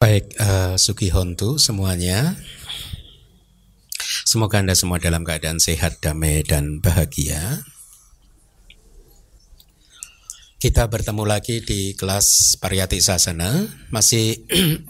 Baik, Sugihontu semuanya. Semoga Anda semua dalam keadaan sehat, damai, dan bahagia. Kita bertemu lagi di kelas Pariyati Sasana. Masih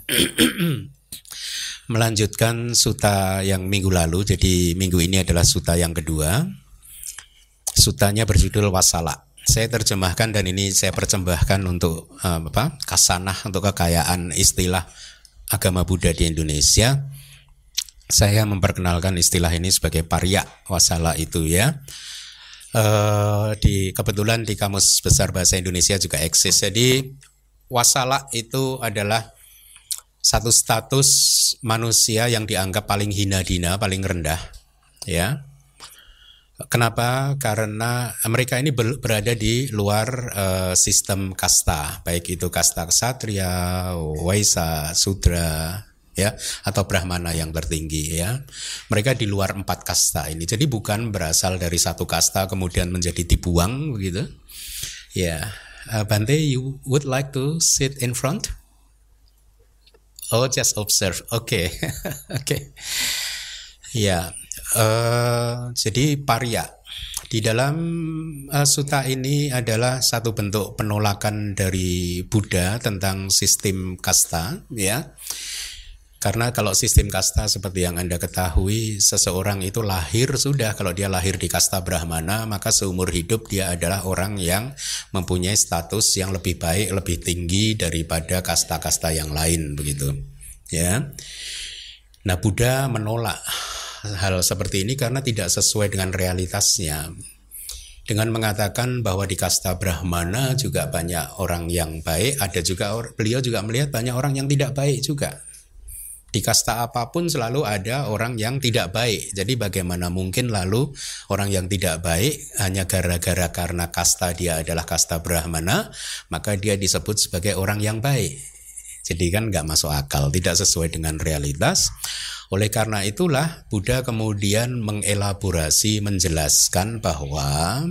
melanjutkan suta yang minggu lalu. Jadi minggu ini adalah suta yang kedua. Sutanya berjudul Wasala. Saya terjemahkan dan ini saya persembahkan untuk kasanah, untuk kekayaan istilah agama Buddha di Indonesia. Saya memperkenalkan istilah ini sebagai Pariya Wasala itu ya. Kebetulan di Kamus Besar Bahasa Indonesia juga eksis. Jadi wasala itu adalah satu status manusia yang dianggap paling hina dina, paling rendah ya. Kenapa? Karena mereka ini berada di luar sistem kasta, baik itu kasta ksatria, waisa, sudra, ya, atau brahmana yang tertinggi ya. Mereka di luar 4 kasta ini. Jadi bukan berasal dari satu kasta kemudian menjadi dibuang begitu. Ya, Bante, you would like to sit in front? Oh, just observe. Oke. Oke. Ya. Jadi pariya di dalam sutta ini adalah satu bentuk penolakan dari Buddha tentang sistem kasta ya. Karena kalau sistem kasta seperti yang Anda ketahui, seseorang itu lahir sudah, kalau dia lahir di kasta Brahmana, maka seumur hidup dia adalah orang yang mempunyai status yang lebih baik, lebih tinggi daripada kasta-kasta yang lain begitu ya. Nah, Buddha menolak hal seperti ini karena tidak sesuai dengan realitasnya. Dengan mengatakan bahwa di kasta Brahmana juga banyak orang yang baik, ada juga beliau juga melihat banyak orang yang tidak baik juga. Di kasta apapun selalu ada orang yang tidak baik. Jadi bagaimana mungkin lalu orang yang tidak baik hanya gara-gara karena kasta dia adalah kasta Brahmana, maka dia disebut sebagai orang yang baik. Jadi kan nggak masuk akal, tidak sesuai dengan realitas. Oleh karena itulah Buddha kemudian mengelaborasi, menjelaskan bahwa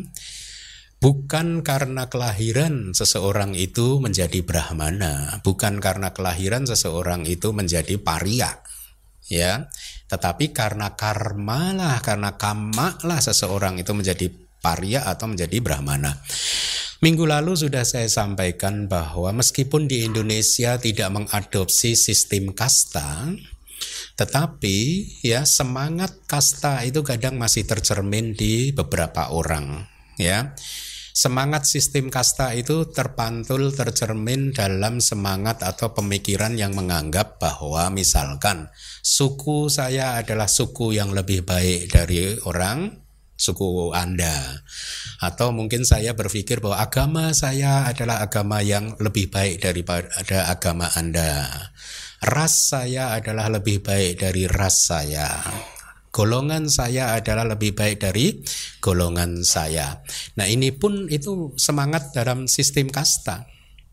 bukan karena kelahiran seseorang itu menjadi Brahmana, bukan karena kelahiran seseorang itu menjadi Pariya, ya, tetapi karena karma lah, karena kamma lah seseorang itu menjadi Pariya atau menjadi Brahmana. Minggu lalu sudah saya sampaikan bahwa meskipun di Indonesia tidak mengadopsi sistem kasta, tetapi ya semangat kasta itu kadang masih tercermin di beberapa orang ya. Semangat sistem kasta itu tercermin dalam semangat atau pemikiran yang menganggap bahwa misalkan suku saya adalah suku yang lebih baik dari orang suku Anda, atau mungkin saya berpikir bahwa agama saya adalah agama yang lebih baik daripada agama Anda, ras saya adalah lebih baik dari ras saya, golongan saya adalah lebih baik dari golongan saya. Nah, ini pun itu semangat dalam sistem kasta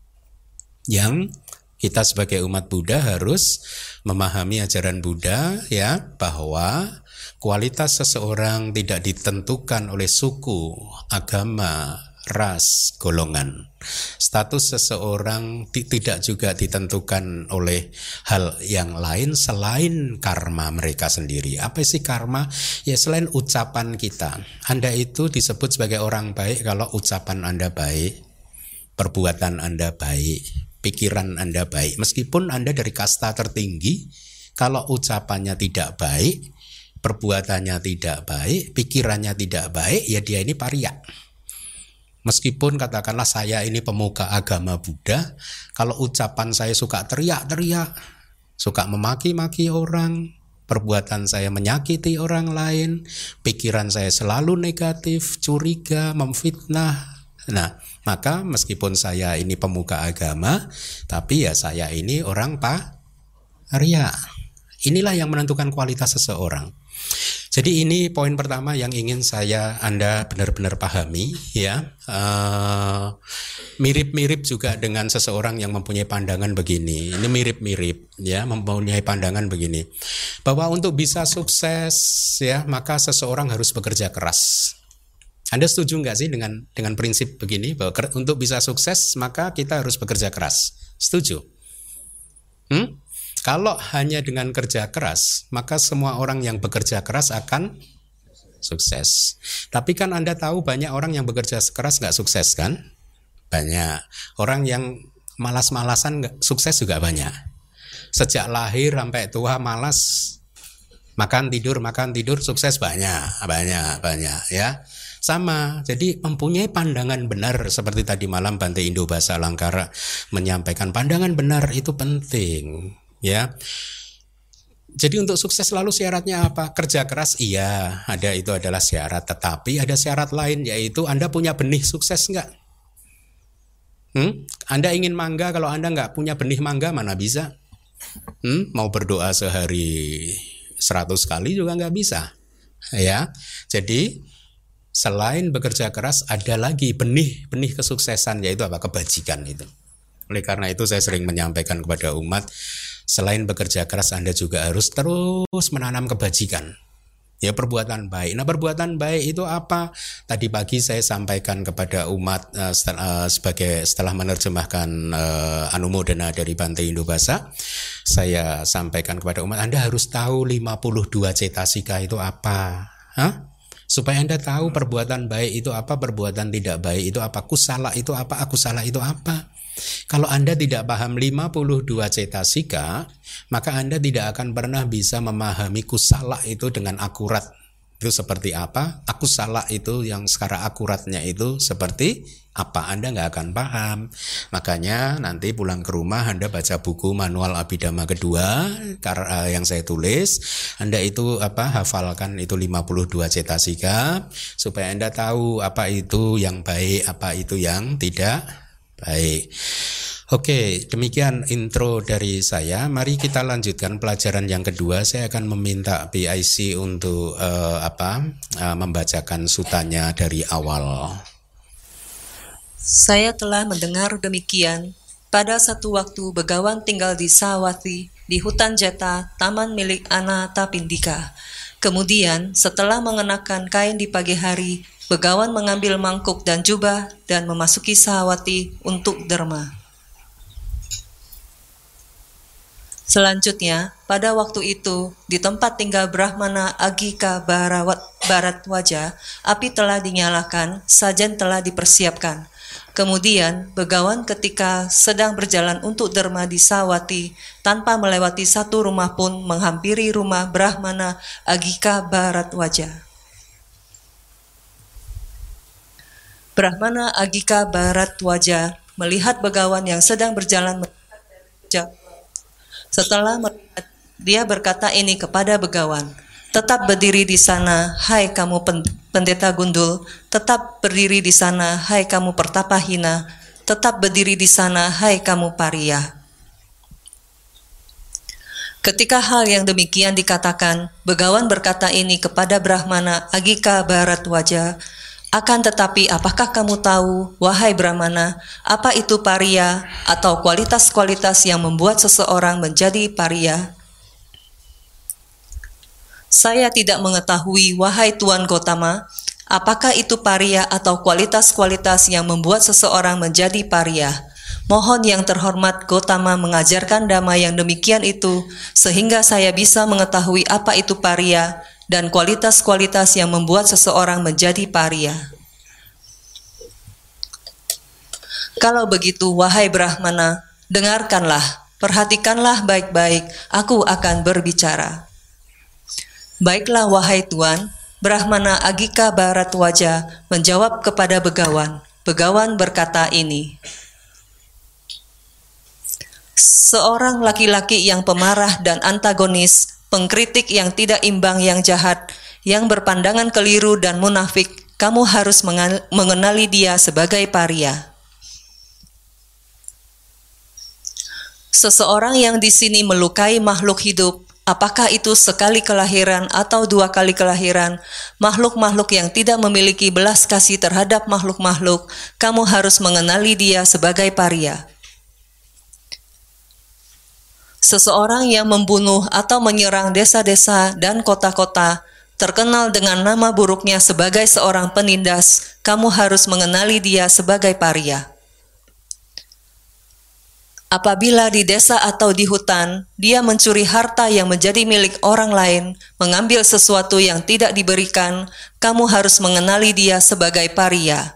yang kita sebagai umat Buddha harus memahami ajaran Buddha ya, bahwa kualitas seseorang tidak ditentukan oleh suku, agama, ras, golongan. Status seseorang tidak juga ditentukan oleh hal yang lain selain karma mereka sendiri. Apa sih karma? Ya selain ucapan kita. Anda itu disebut sebagai orang baik kalau ucapan Anda baik, perbuatan Anda baik, pikiran Anda baik. Meskipun Anda dari kasta tertinggi, kalau ucapannya tidak baik, perbuatannya tidak baik, pikirannya tidak baik, ya dia ini pariya. Meskipun katakanlah saya ini pemuka agama Buddha, kalau ucapan saya suka teriak-teriak, suka memaki-maki orang, perbuatan saya menyakiti orang lain, pikiran saya selalu negatif, curiga, memfitnah. Nah, maka meskipun saya ini pemuka agama, tapi ya saya ini orang pariya. Inilah yang menentukan kualitas seseorang. Jadi ini poin pertama yang ingin Anda benar-benar pahami ya. Mirip-mirip juga dengan seseorang yang mempunyai pandangan begini. Ini mirip-mirip ya, mempunyai pandangan begini. Bahwa untuk bisa sukses ya, maka seseorang harus bekerja keras. Anda setuju nggak sih dengan prinsip begini, bahwa untuk bisa sukses maka kita harus bekerja keras? Setuju? Kalau hanya dengan kerja keras, maka semua orang yang bekerja keras akan sukses. Tapi kan Anda tahu banyak orang yang bekerja keras nggak sukses kan? Banyak. Orang yang malas-malasan sukses juga banyak. Sejak lahir sampai tua malas, makan tidur, sukses banyak ya. Sama, jadi mempunyai pandangan benar seperti tadi malam Bante Indo Basa Langkara menyampaikan pandangan benar itu penting ya. Jadi untuk sukses selalu syaratnya apa? Kerja keras iya, itu adalah syarat. Tetapi ada syarat lain, yaitu Anda punya benih sukses enggak? Anda ingin mangga, kalau Anda enggak punya benih mangga mana bisa? Mau berdoa sehari 100 kali juga enggak bisa. Ya, jadi selain bekerja keras ada lagi benih kesuksesan, yaitu apa? Kebajikan itu. Oleh karena itu saya sering menyampaikan kepada umat, selain bekerja keras Anda juga harus terus menanam kebajikan. Ya, perbuatan baik. Nah, perbuatan baik itu apa? Tadi pagi saya sampaikan kepada umat setelah menerjemahkan Anumodana dari Bante Indo Basa, saya sampaikan kepada umat, Anda harus tahu 52 cetasika itu apa. Supaya Anda tahu perbuatan baik itu apa, perbuatan tidak baik itu apa, kusala itu apa, akusala itu apa. Kalau Anda tidak paham 52 cetasika, maka Anda tidak akan pernah bisa memahami kusala itu dengan akurat. Itu seperti apa? Akusala itu yang secara akuratnya itu seperti apa? Anda nggak akan paham. Makanya nanti pulang ke rumah Anda baca buku manual Abhidhamma kedua yang saya tulis. Anda itu hafalkan itu 52 cetasika supaya Anda tahu apa itu yang baik, apa itu yang tidak baik. Oke, demikian intro dari saya. Mari kita lanjutkan pelajaran yang kedua. Saya akan meminta PIC untuk membacakan sutanya dari awal. Saya telah mendengar demikian. Pada satu waktu Begawan tinggal di Savatthi, di hutan Jeta, taman milik Anathapindika. Kemudian setelah mengenakan kain di pagi hari, Begawan mengambil mangkuk dan jubah dan memasuki Savatthi untuk derma. Selanjutnya, pada waktu itu, di tempat tinggal Brahmana Agika Bharatwaja, api telah dinyalakan, sajen telah dipersiapkan. Kemudian, Begawan ketika sedang berjalan untuk derma di Savatthi, tanpa melewati satu rumah pun menghampiri rumah Brahmana Agika Bharatwaja. Brahmana Agika Bharatwaja melihat Begawan yang sedang berjalan jauh. Setelah melihat, dia berkata ini kepada Begawan, "Tetap berdiri di sana, hai kamu pendeta gundul. Tetap berdiri di sana, hai kamu pertapa hina. Tetap berdiri di sana, hai kamu pariya." Ketika hal yang demikian dikatakan, Begawan berkata ini kepada Brahmana Agika Bharatwaja, "Akan tetapi apakah kamu tahu, wahai Brahmana, apa itu pariya atau kualitas-kualitas yang membuat seseorang menjadi pariya?" "Saya tidak mengetahui, wahai Tuan Gotama, apakah itu pariya atau kualitas-kualitas yang membuat seseorang menjadi pariya. Mohon yang terhormat Gotama mengajarkan dhamma yang demikian itu, sehingga saya bisa mengetahui apa itu pariya dan kualitas-kualitas yang membuat seseorang menjadi pariya." "Kalau begitu, wahai Brahmana, dengarkanlah, perhatikanlah baik-baik, aku akan berbicara." "Baiklah, wahai Tuan," Brahmana Agika Bharatwaja menjawab kepada Begawan. Begawan berkata ini, "Seorang laki-laki yang pemarah dan antagonis, pengkritik yang tidak imbang yang jahat, yang berpandangan keliru dan munafik, kamu harus mengenali dia sebagai pariya." Seseorang yang di sini melukai makhluk hidup, apakah itu sekali kelahiran atau 2 kali kelahiran, makhluk-makhluk yang tidak memiliki belas kasih terhadap makhluk-makhluk, kamu harus mengenali dia sebagai pariya. Seseorang yang membunuh atau menyerang desa-desa dan kota-kota, terkenal dengan nama buruknya sebagai seorang penindas, kamu harus mengenali dia sebagai pariya. Apabila di desa atau di hutan, dia mencuri harta yang menjadi milik orang lain, mengambil sesuatu yang tidak diberikan, kamu harus mengenali dia sebagai paria.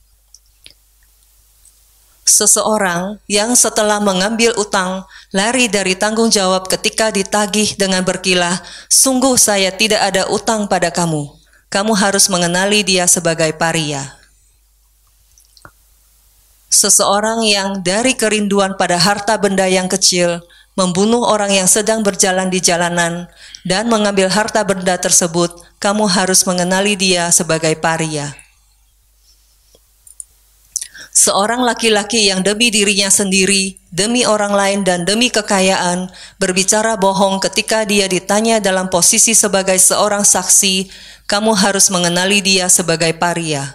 Seseorang yang setelah mengambil utang, lari dari tanggung jawab ketika ditagih dengan berkilah, sungguh saya tidak ada utang pada kamu. Kamu harus mengenali dia sebagai paria. Seseorang yang dari kerinduan pada harta benda yang kecil, membunuh orang yang sedang berjalan di jalanan, dan mengambil harta benda tersebut, kamu harus mengenali dia sebagai paria. Seorang laki-laki yang demi dirinya sendiri, demi orang lain dan demi kekayaan, berbicara bohong ketika dia ditanya dalam posisi sebagai seorang saksi, kamu harus mengenali dia sebagai paria.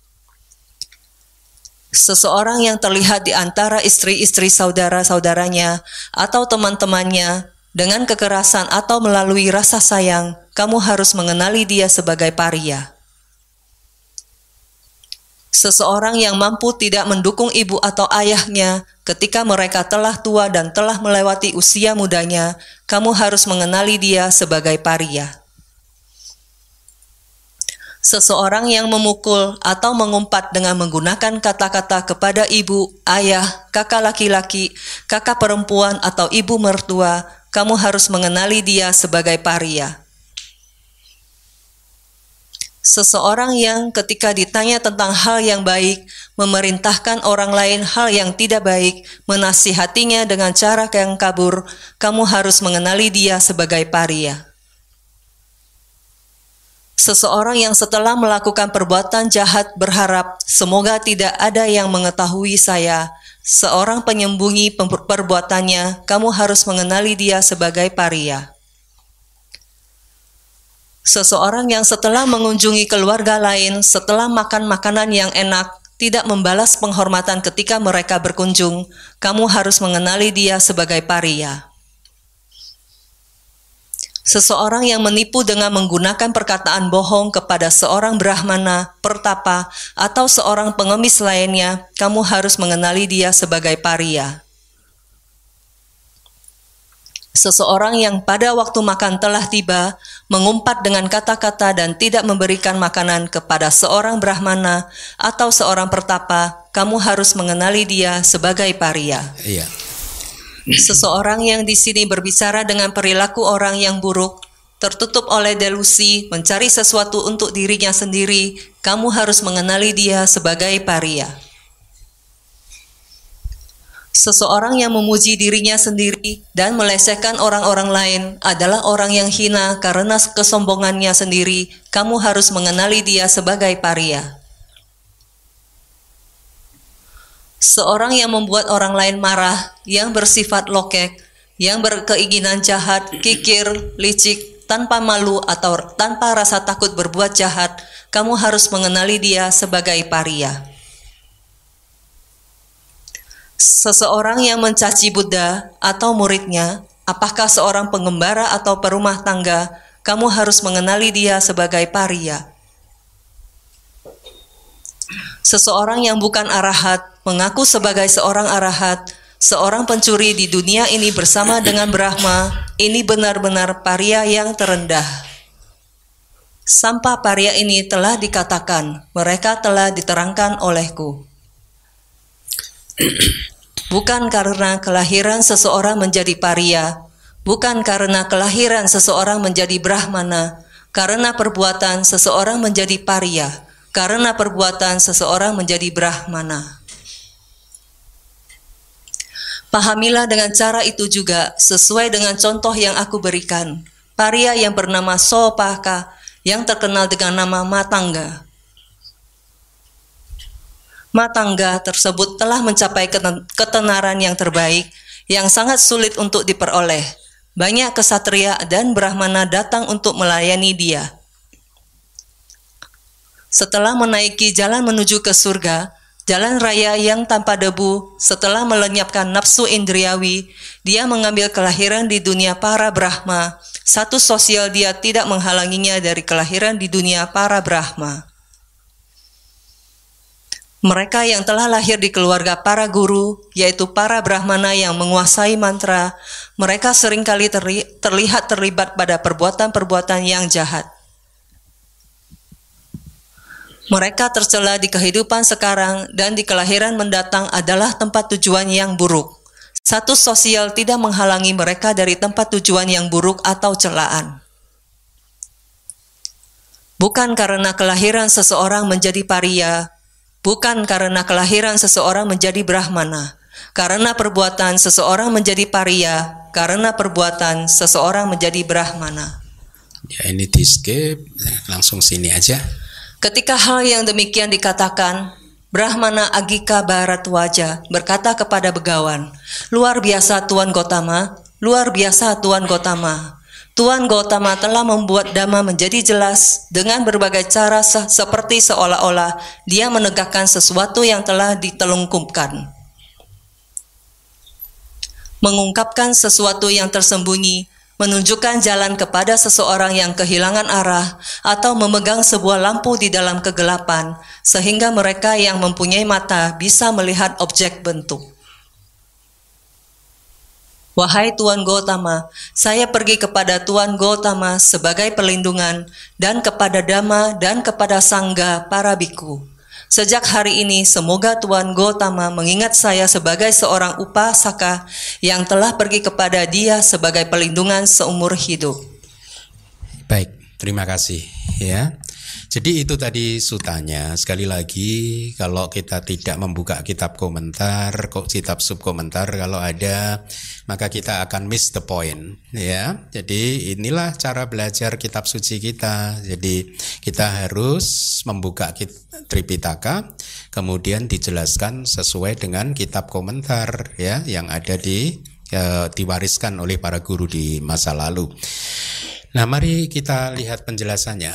Seseorang yang terlihat di antara istri-istri saudara-saudaranya atau teman-temannya dengan kekerasan atau melalui rasa sayang, kamu harus mengenali dia sebagai paria. Seseorang yang mampu tidak mendukung ibu atau ayahnya ketika mereka telah tua dan telah melewati usia mudanya, kamu harus mengenali dia sebagai paria. Seseorang yang memukul atau mengumpat dengan menggunakan kata-kata kepada ibu, ayah, kakak laki-laki, kakak perempuan atau ibu mertua, kamu harus mengenali dia sebagai paria. Seseorang yang ketika ditanya tentang hal yang baik, memerintahkan orang lain hal yang tidak baik, menasihatinya dengan cara yang kabur, kamu harus mengenali dia sebagai paria. Seseorang yang setelah melakukan perbuatan jahat berharap, semoga tidak ada yang mengetahui saya, seorang penyembunyi perbuatannya, kamu harus mengenali dia sebagai paria. Seseorang yang setelah mengunjungi keluarga lain, setelah makan makanan yang enak, tidak membalas penghormatan ketika mereka berkunjung, kamu harus mengenali dia sebagai paria. Seseorang yang menipu dengan menggunakan perkataan bohong kepada seorang brahmana, pertapa, atau seorang pengemis lainnya, kamu harus mengenali dia sebagai paria. Seseorang yang pada waktu makan telah tiba, mengumpat dengan kata-kata dan tidak memberikan makanan kepada seorang brahmana atau seorang pertapa, kamu harus mengenali dia sebagai paria. Iya. Seseorang yang di sini berbicara dengan perilaku orang yang buruk, tertutup oleh delusi, mencari sesuatu untuk dirinya sendiri, kamu harus mengenali dia sebagai paria. Seseorang yang memuji dirinya sendiri dan melecehkan orang-orang lain adalah orang yang hina karena kesombongannya sendiri, kamu harus mengenali dia sebagai paria. Seorang yang membuat orang lain marah, yang bersifat lokek, yang berkeinginan jahat, kikir, licik, tanpa malu atau tanpa rasa takut berbuat jahat, kamu harus mengenali dia sebagai paria. Seseorang yang mencaci Buddha atau muridnya, apakah seorang pengembara atau perumah tangga, kamu harus mengenali dia sebagai paria. Seseorang yang bukan arahat, mengaku sebagai seorang arahat, seorang pencuri di dunia ini bersama dengan Brahma, ini benar-benar paria yang terendah. Sampah paria ini telah dikatakan, mereka telah diterangkan olehku. Bukan karena kelahiran seseorang menjadi paria, bukan karena kelahiran seseorang menjadi Brahmana, karena perbuatan seseorang menjadi paria, karena perbuatan seseorang menjadi Brahmana. Pahamilah dengan cara itu juga, sesuai dengan contoh yang aku berikan. Paria yang bernama Sopaka, yang terkenal dengan nama Matangga. Matangga tersebut telah mencapai ketenaran yang terbaik, yang sangat sulit untuk diperoleh. Banyak kesatria dan Brahmana datang untuk melayani dia. Setelah menaiki jalan menuju ke surga, jalan raya yang tanpa debu, setelah melenyapkan nafsu indriawi, dia mengambil kelahiran di dunia para Brahma. Status sosial dia tidak menghalanginya dari kelahiran di dunia para Brahma. Mereka yang telah lahir di keluarga para guru, yaitu para Brahmana yang menguasai mantra, mereka seringkali terlihat terlibat pada perbuatan-perbuatan yang jahat. Mereka tercela di kehidupan sekarang dan di kelahiran mendatang adalah tempat tujuan yang buruk. Status sosial tidak menghalangi mereka dari tempat tujuan yang buruk atau celaan. Bukan karena kelahiran seseorang menjadi pariya, bukan karena kelahiran seseorang menjadi Brahmana, karena perbuatan seseorang menjadi pariya, karena perbuatan seseorang menjadi Brahmana. Ya, ini di skip, langsung sini aja. Ketika hal yang demikian dikatakan, Brahmana Agika Bharatwaja berkata kepada begawan, "Luar biasa Tuan Gotama, luar biasa Tuan Gotama. Tuan Gotama telah membuat Dhamma menjadi jelas dengan berbagai cara seperti seolah-olah dia menegakkan sesuatu yang telah ditelungkupkan. Mengungkapkan sesuatu yang tersembunyi, menunjukkan jalan kepada seseorang yang kehilangan arah, atau memegang sebuah lampu di dalam kegelapan, sehingga mereka yang mempunyai mata bisa melihat objek bentuk. Wahai Tuan Gotama, saya pergi kepada Tuan Gotama sebagai perlindungan, dan kepada Dhamma dan kepada Sangga para biku. Sejak hari ini, semoga Tuan Gotama mengingat saya sebagai seorang upasaka yang telah pergi kepada dia sebagai perlindungan seumur hidup." Baik, terima kasih ya. Jadi itu tadi sutanya. Sekali lagi, kalau kita tidak membuka kitab komentar, kitab subkomentar, kalau ada, maka kita akan miss the point ya. Jadi inilah cara belajar kitab suci kita. Jadi kita harus membuka Tripitaka, kemudian dijelaskan sesuai dengan kitab komentar ya yang ada diwariskan oleh para guru di masa lalu. Nah, mari kita lihat penjelasannya.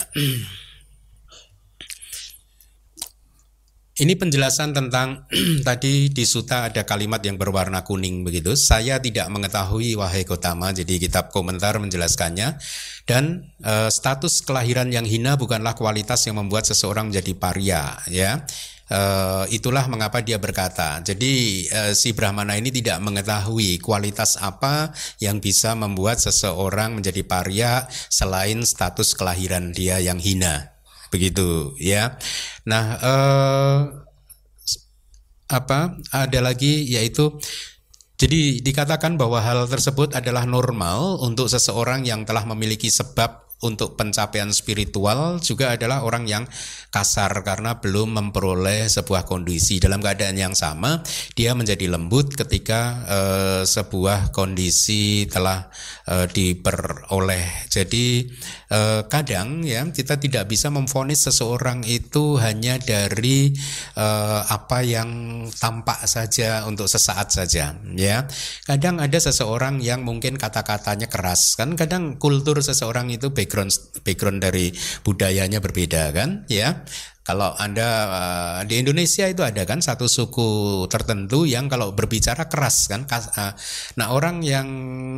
Ini penjelasan tentang tadi di Sutta ada kalimat yang berwarna kuning begitu. Saya tidak mengetahui wahai Gotama. Jadi kitab komentar menjelaskannya. Dan status kelahiran yang hina bukanlah kualitas yang membuat seseorang menjadi pariya ya. Itulah mengapa dia berkata. Jadi si Brahmana ini tidak mengetahui kualitas apa yang bisa membuat seseorang menjadi pariya selain status kelahiran dia yang hina. Begitu ya. Nah, ada lagi yaitu jadi dikatakan bahwa hal tersebut adalah normal untuk seseorang yang telah memiliki sebab untuk pencapaian spiritual, juga adalah orang yang kasar karena belum memperoleh sebuah kondisi. Dalam keadaan yang sama, dia menjadi lembut ketika sebuah kondisi telah diperoleh. Jadi kadang ya kita tidak bisa memvonis seseorang itu hanya dari apa yang tampak saja untuk sesaat saja ya. Kadang ada seseorang yang mungkin kata-katanya keras, kan kadang kultur seseorang itu background dari budayanya berbeda kan ya. Kalau Anda di Indonesia itu ada kan satu suku tertentu yang kalau berbicara keras kan. Nah, orang yang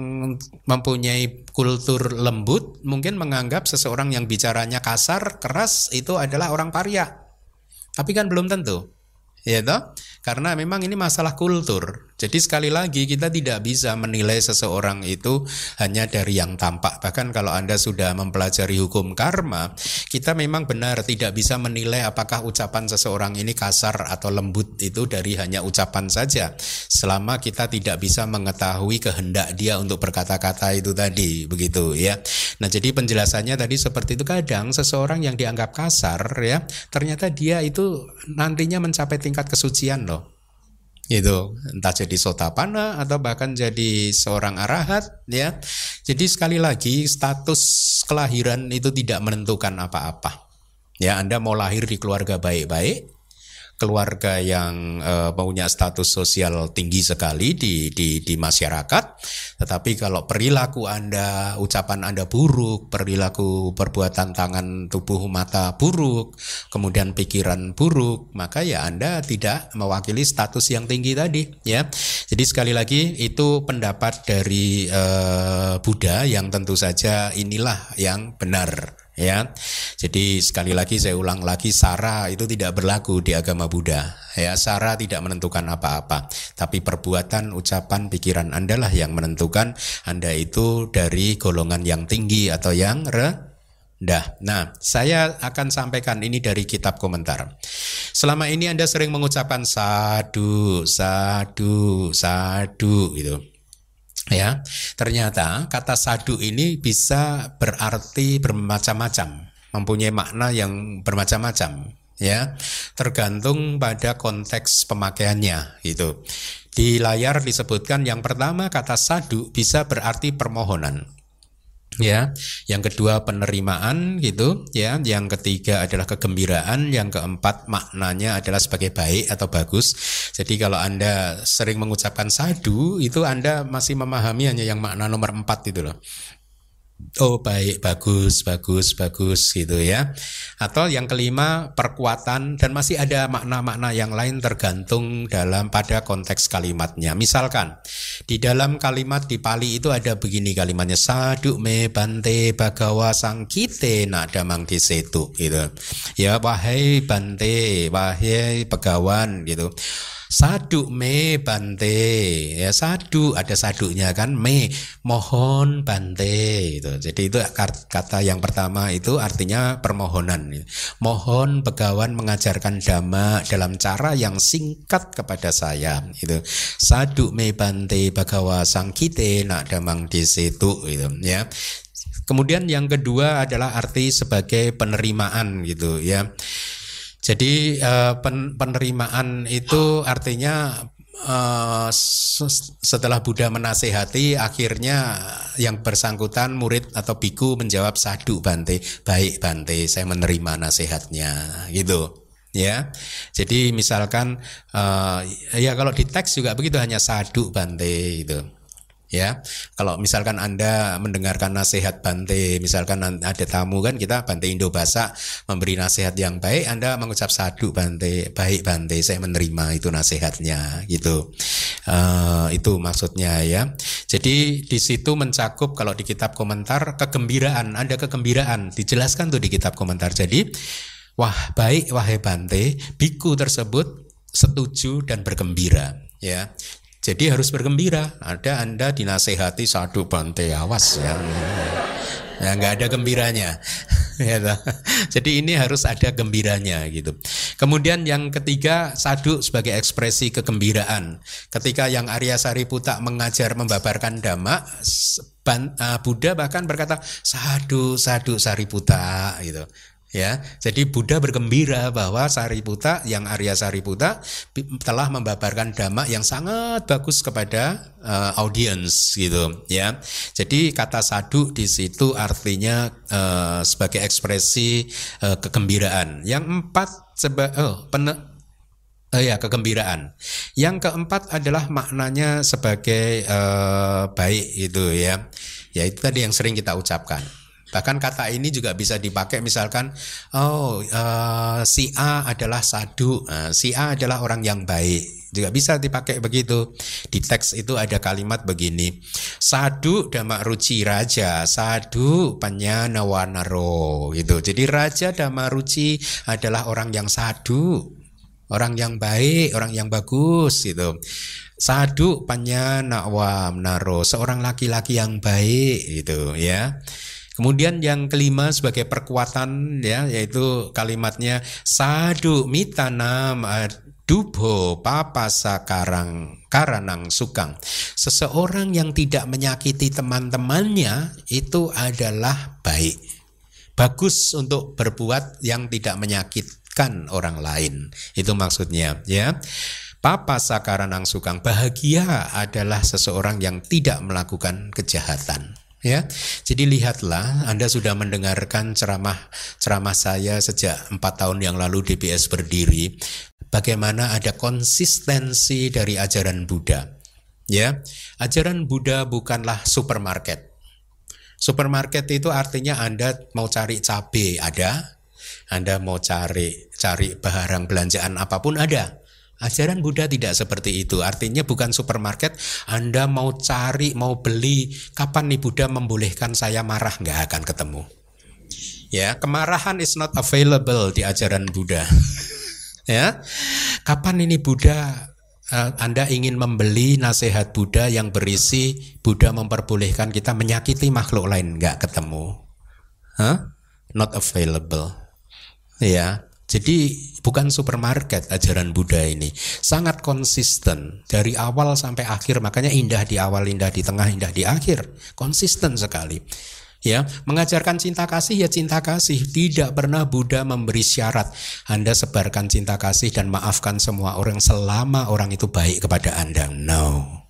mempunyai kultur lembut mungkin menganggap seseorang yang bicaranya kasar, keras itu adalah orang pariya. Tapi kan belum tentu. Ya toh? Karena memang ini masalah kultur. Jadi sekali lagi kita tidak bisa menilai seseorang itu hanya dari yang tampak. Bahkan kalau Anda sudah mempelajari hukum karma, kita memang benar tidak bisa menilai apakah ucapan seseorang ini kasar atau lembut itu dari hanya ucapan saja. Selama kita tidak bisa mengetahui kehendak dia untuk berkata-kata itu tadi, begitu ya. Nah, jadi penjelasannya tadi seperti itu. Kadang seseorang yang dianggap kasar ya, ternyata dia itu nantinya mencapai tingkat kesucian loh. Itu entah jadi sotapana atau bahkan jadi seorang arahat ya. Jadi sekali lagi status kelahiran itu tidak menentukan apa-apa. Ya, Anda mau lahir di keluarga baik-baik, keluarga yang punya status sosial tinggi sekali di masyarakat, tetapi kalau perilaku Anda, ucapan Anda buruk, perilaku perbuatan tangan, tubuh, mata buruk, kemudian pikiran buruk, maka ya Anda tidak mewakili status yang tinggi tadi ya. Jadi sekali lagi itu pendapat dari Buddha yang tentu saja inilah yang benar Ya, jadi sekali lagi saya ulang lagi, sara itu tidak berlaku di agama Buddha. Ya, sara tidak menentukan apa-apa, tapi perbuatan, ucapan, pikiran Anda lah yang menentukan Anda itu dari golongan yang tinggi atau yang rendah. Nah, saya akan sampaikan ini dari kitab komentar. Selama ini Anda sering mengucapkan sadu, sadu, sadu gitu. Ya, ternyata kata sadu ini bisa berarti bermacam-macam, mempunyai makna yang bermacam-macam, ya, tergantung pada konteks pemakaiannya gitu. Di layar disebutkan yang pertama kata sadu bisa berarti permohonan. Ya, yang kedua penerimaan gitu, ya, yang ketiga adalah kegembiraan, yang keempat maknanya adalah sebagai baik atau bagus. Jadi kalau Anda sering mengucapkan sadu, itu Anda masih memahami hanya yang makna nomor 4 itu loh. Oh baik, bagus, bagus, bagus gitu ya. Atau yang kelima perkuatan, dan masih ada makna-makna yang lain tergantung pada konteks kalimatnya. Misalkan di dalam kalimat di Pali itu ada begini kalimatnya, sadu me bante bagawa sangkite nadamang disetu gitu. Ya, wahai bante, wahai pegawan gitu. Sadu me bante, ya, sadu ada sadunya kan, me mohon bante itu. Jadi itu kata yang pertama itu artinya permohonan. Mohon pegawan mengajarkan dhamma dalam cara yang singkat kepada saya itu. Sadu me bante bagawa sangkite nak damang di situ itu ya. Kemudian yang kedua adalah arti sebagai penerimaan gitu ya. Jadi penerimaan itu artinya setelah Buddha menasehati, akhirnya yang bersangkutan murid atau biku menjawab sadu bante, baik bante, saya menerima nasihatnya gitu. Ya, jadi misalkan ya kalau di teks juga begitu, hanya sadu bante itu. Ya, kalau misalkan Anda mendengarkan nasihat bante, misalkan ada tamu kan, kita bante Indo Basa memberi nasihat yang baik, Anda mengucap sadu bante, baik bante, saya menerima itu nasihatnya gitu. Itu maksudnya ya. Jadi di situ mencakup, kalau di kitab komentar, kegembiraan, ada kegembiraan dijelaskan tuh di kitab komentar. Jadi wah baik wahai bante, biku tersebut setuju dan bergembira ya. Jadi harus bergembira. Ada Anda dinasehati sadu bante, awas ya. Ya nggak ada gembiranya. Jadi ini harus ada gembiranya gitu. Kemudian yang ketiga, sadu sebagai ekspresi kegembiraan. Ketika yang Arya Sariputta mengajar membabarkan dhamma, Buddha bahkan berkata sadu sadu Sariputta gitu. Ya, jadi Buddha bergembira bahwa Sariputta, yang Arya Sariputta telah membabarkan dhamma yang sangat bagus kepada audiens gitu ya. Jadi kata sadu di situ artinya sebagai ekspresi kegembiraan. Yang empat kegembiraan. Yang keempat adalah maknanya sebagai baik itu ya. Ya itu tadi yang sering kita ucapkan. Bahkan kata ini juga bisa dipakai misalkan si A adalah sadu, si A adalah orang yang baik, juga bisa dipakai begitu. Di teks itu ada kalimat begini, sadu dhamma ruci raja, sadu panyanawanaro gitu. Jadi raja dhamma ruci adalah orang yang sadu, orang yang baik, orang yang bagus gitu. Sadu panyanawanaro, seorang laki-laki yang baik gitu ya. Kemudian yang kelima sebagai perkuatan ya, yaitu kalimatnya sadu mitanam dubho papasa karanang sukang. Seseorang yang tidak menyakiti teman-temannya itu adalah baik. Bagus untuk berbuat yang tidak menyakitkan orang lain. Itu maksudnya ya. Papasa karanang sukang, bahagia adalah seseorang yang tidak melakukan kejahatan. Ya, jadi lihatlah, Anda sudah mendengarkan ceramah saya sejak 4 tahun yang lalu DBS berdiri. Bagaimana ada konsistensi dari ajaran Buddha. Ya, ajaran Buddha bukanlah supermarket. Supermarket itu artinya Anda mau cari cabai ada, Anda mau cari barang belanjaan apapun ada. Ajaran Buddha tidak seperti itu. Artinya bukan supermarket, Anda mau cari, mau beli, kapan nih Buddha membolehkan saya marah, nggak akan ketemu. Ya, kemarahan is not available di ajaran Buddha. Ya, kapan ini Buddha Anda ingin membeli nasihat Buddha yang berisi Buddha memperbolehkan kita menyakiti makhluk lain, nggak ketemu. Not available. Ya, jadi bukan supermarket ajaran Buddha ini. Sangat konsisten dari awal sampai akhir, makanya indah di awal, indah di tengah, indah di akhir. Konsisten sekali. Ya, mengajarkan cinta kasih ya cinta kasih. Tidak pernah Buddha memberi syarat Anda sebarkan cinta kasih dan maafkan semua orang selama orang itu baik kepada Anda. No.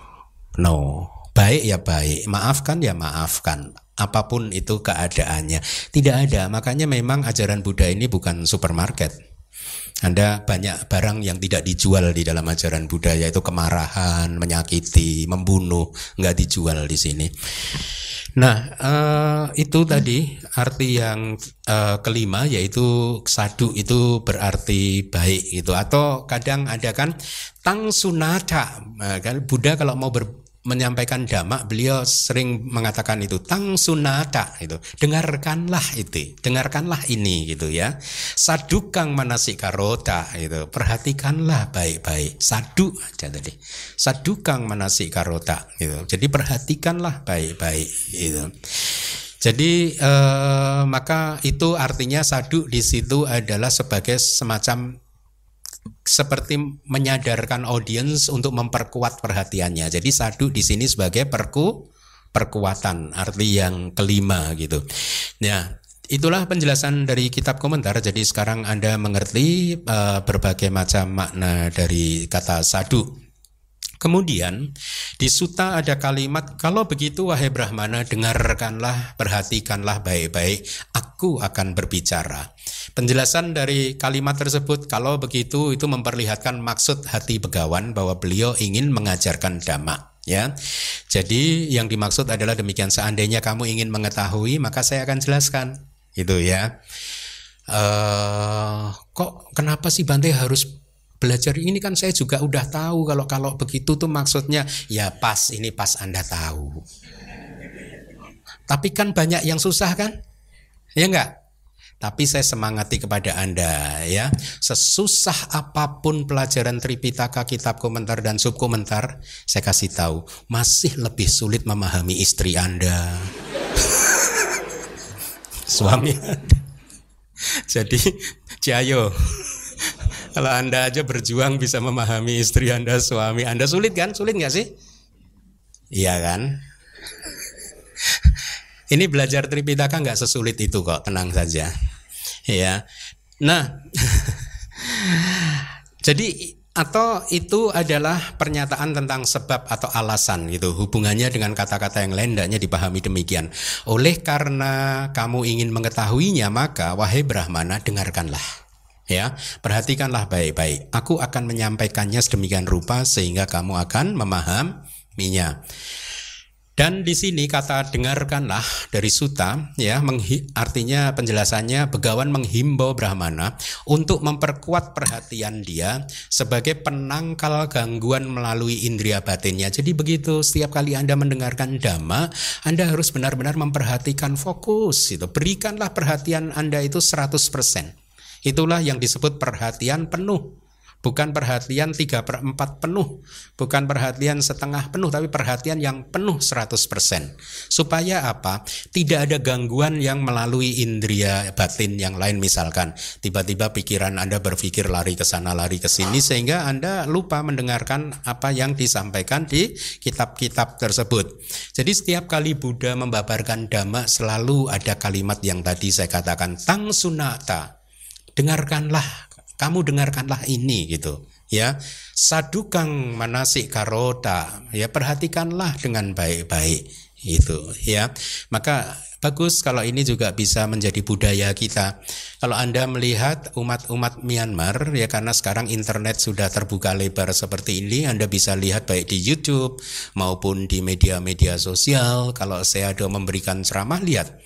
Baik ya baik, maafkan ya maafkan. Apapun itu keadaannya. Tidak ada. Makanya memang ajaran Buddha ini bukan supermarket. Anda banyak barang yang tidak dijual di dalam ajaran Buddha, yaitu kemarahan, menyakiti, membunuh, nggak dijual di sini. Nah, itu tadi arti yang kelima, yaitu sadu itu berarti baik gitu. Atau kadang ada kan tang sunata, kan Buddha kalau mau menyampaikan dhamma, beliau sering mengatakan itu tang sunata, itu dengarkanlah ini gitu ya. Sadukang manasikarota, itu perhatikanlah baik-baik. Sadu aja tadi, sadukang manasikarota gitu. Jadi perhatikanlah baik-baik gitu. Jadi maka itu artinya sadu di situ adalah sebagai semacam seperti menyadarkan audiens untuk memperkuat perhatiannya. Jadi sadu di sini sebagai perkuatan, arti yang kelima gitu. Nah, itulah penjelasan dari kitab komentar. Jadi sekarang Anda mengerti berbagai macam makna dari kata sadu. Kemudian di sutta ada kalimat, kalau begitu wahai Brahmana, dengarkanlah, perhatikanlah baik-baik, aku akan berbicara. Penjelasan dari kalimat tersebut, kalau begitu, itu memperlihatkan maksud hati Begawan bahwa beliau ingin mengajarkan dhamma. Ya, jadi yang dimaksud adalah demikian. Seandainya kamu ingin mengetahui, maka saya akan jelaskan. Itu ya. Kok kenapa sih Bante harus belajar ini? Kan saya juga udah tahu kalau begitu tuh maksudnya. Ya pas, ini pas Anda tahu. Tapi kan banyak yang susah kan? Ya enggak? Tapi saya semangati kepada Anda ya, sesusah apapun pelajaran Tripitaka, kitab komentar dan subkomentar, saya kasih tahu, masih lebih sulit memahami istri Anda, suami Anda. Jadi Ciayo, kalau Anda aja berjuang bisa memahami istri Anda, suami Anda, sulit kan? Sulit nggak sih? Iya kan? Ini belajar Tripitaka nggak sesulit itu kok, tenang saja. Ya, nah, jadi atau itu adalah pernyataan tentang sebab atau alasan gitu. Hubungannya dengan kata-kata yang lain hendaknya dipahami demikian. Oleh karena kamu ingin mengetahuinya, maka wahai Brahmana, dengarkanlah. Ya, perhatikanlah baik-baik. Aku akan menyampaikannya sedemikian rupa sehingga kamu akan memahaminya. Dan di sini kata dengarkanlah dari sutta ya, artinya penjelasannya Begawan menghimbau Brahmana untuk memperkuat perhatian dia sebagai penangkal gangguan melalui indria batinnya. Jadi begitu, setiap kali Anda mendengarkan dhamma, Anda harus benar-benar memperhatikan, fokus itu. Berikanlah perhatian Anda itu 100%. Itulah yang disebut perhatian penuh. Bukan perhatian 3/4 penuh, bukan perhatian setengah penuh, tapi perhatian yang penuh 100%. Supaya apa? Tidak ada gangguan yang melalui indria batin yang lain, misalkan tiba-tiba pikiran Anda berpikir lari ke sana, lari ke sini, sehingga Anda lupa mendengarkan apa yang disampaikan di kitab-kitab tersebut. Jadi setiap kali Buddha membabarkan dhamma selalu ada kalimat yang tadi saya katakan, tang sunata, dengarkanlah. Kamu dengarkanlah ini gitu ya. Sadukang manasikarota, ya perhatikanlah dengan baik-baik itu ya. Maka bagus kalau ini juga bisa menjadi budaya kita. Kalau Anda melihat umat-umat Myanmar ya, karena sekarang internet sudah terbuka lebar seperti ini, Anda bisa lihat baik di YouTube maupun di media-media sosial. Kalau saya ada memberikan ceramah, lihat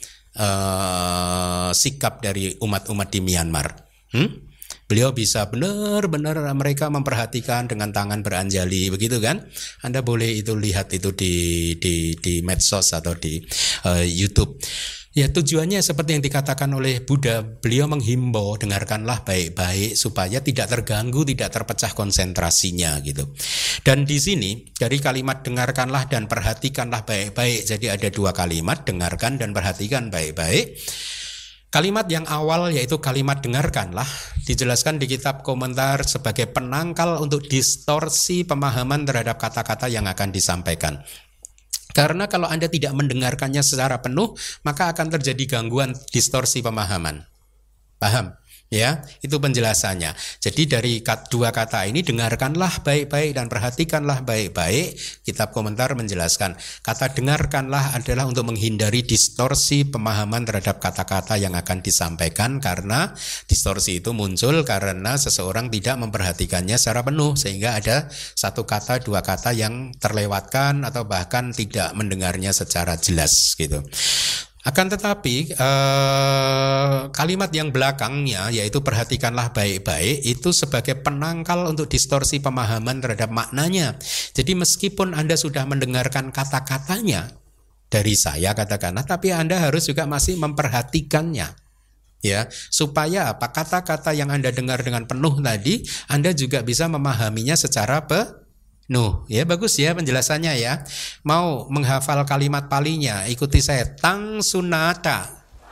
sikap dari umat-umat di Myanmar. Beliau bisa benar-benar mereka memperhatikan dengan tangan beranjali begitu kan? Anda boleh itu lihat itu di medsos atau di YouTube. Ya tujuannya seperti yang dikatakan oleh Buddha, beliau menghimbau dengarkanlah baik-baik supaya tidak terganggu, tidak terpecah konsentrasinya gitu. Dan di sini dari kalimat dengarkanlah dan perhatikanlah baik-baik, jadi ada dua kalimat, dengarkan dan perhatikan baik-baik. Kalimat yang awal yaitu kalimat dengarkanlah dijelaskan di kitab komentar sebagai penangkal untuk distorsi pemahaman terhadap kata-kata yang akan disampaikan. Karena kalau Anda tidak mendengarkannya secara penuh, maka akan terjadi gangguan distorsi pemahaman. Paham? Ya, itu penjelasannya. Jadi dari dua kata ini, dengarkanlah baik-baik dan perhatikanlah baik-baik. Kitab komentar menjelaskan, kata dengarkanlah adalah untuk menghindari distorsi pemahaman terhadap kata-kata yang akan disampaikan, karena distorsi itu muncul karena seseorang tidak memperhatikannya secara penuh, sehingga ada satu kata, dua kata yang terlewatkan atau bahkan tidak mendengarnya secara jelas gitu. Akan tetapi kalimat yang belakangnya yaitu perhatikanlah baik-baik itu sebagai penangkal untuk distorsi pemahaman terhadap maknanya. Jadi meskipun Anda sudah mendengarkan kata-katanya dari saya katakanlah, tapi Anda harus juga masih memperhatikannya. Ya, supaya apa? Kata-kata yang Anda dengar dengan penuh tadi Anda juga bisa memahaminya secara ya bagus ya penjelasannya ya. Mau menghafal kalimat palinya, ikuti saya. Tang sunata.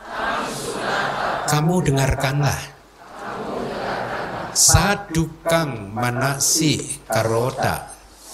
Kamu dengarkanlah. Sadukang manasi karota.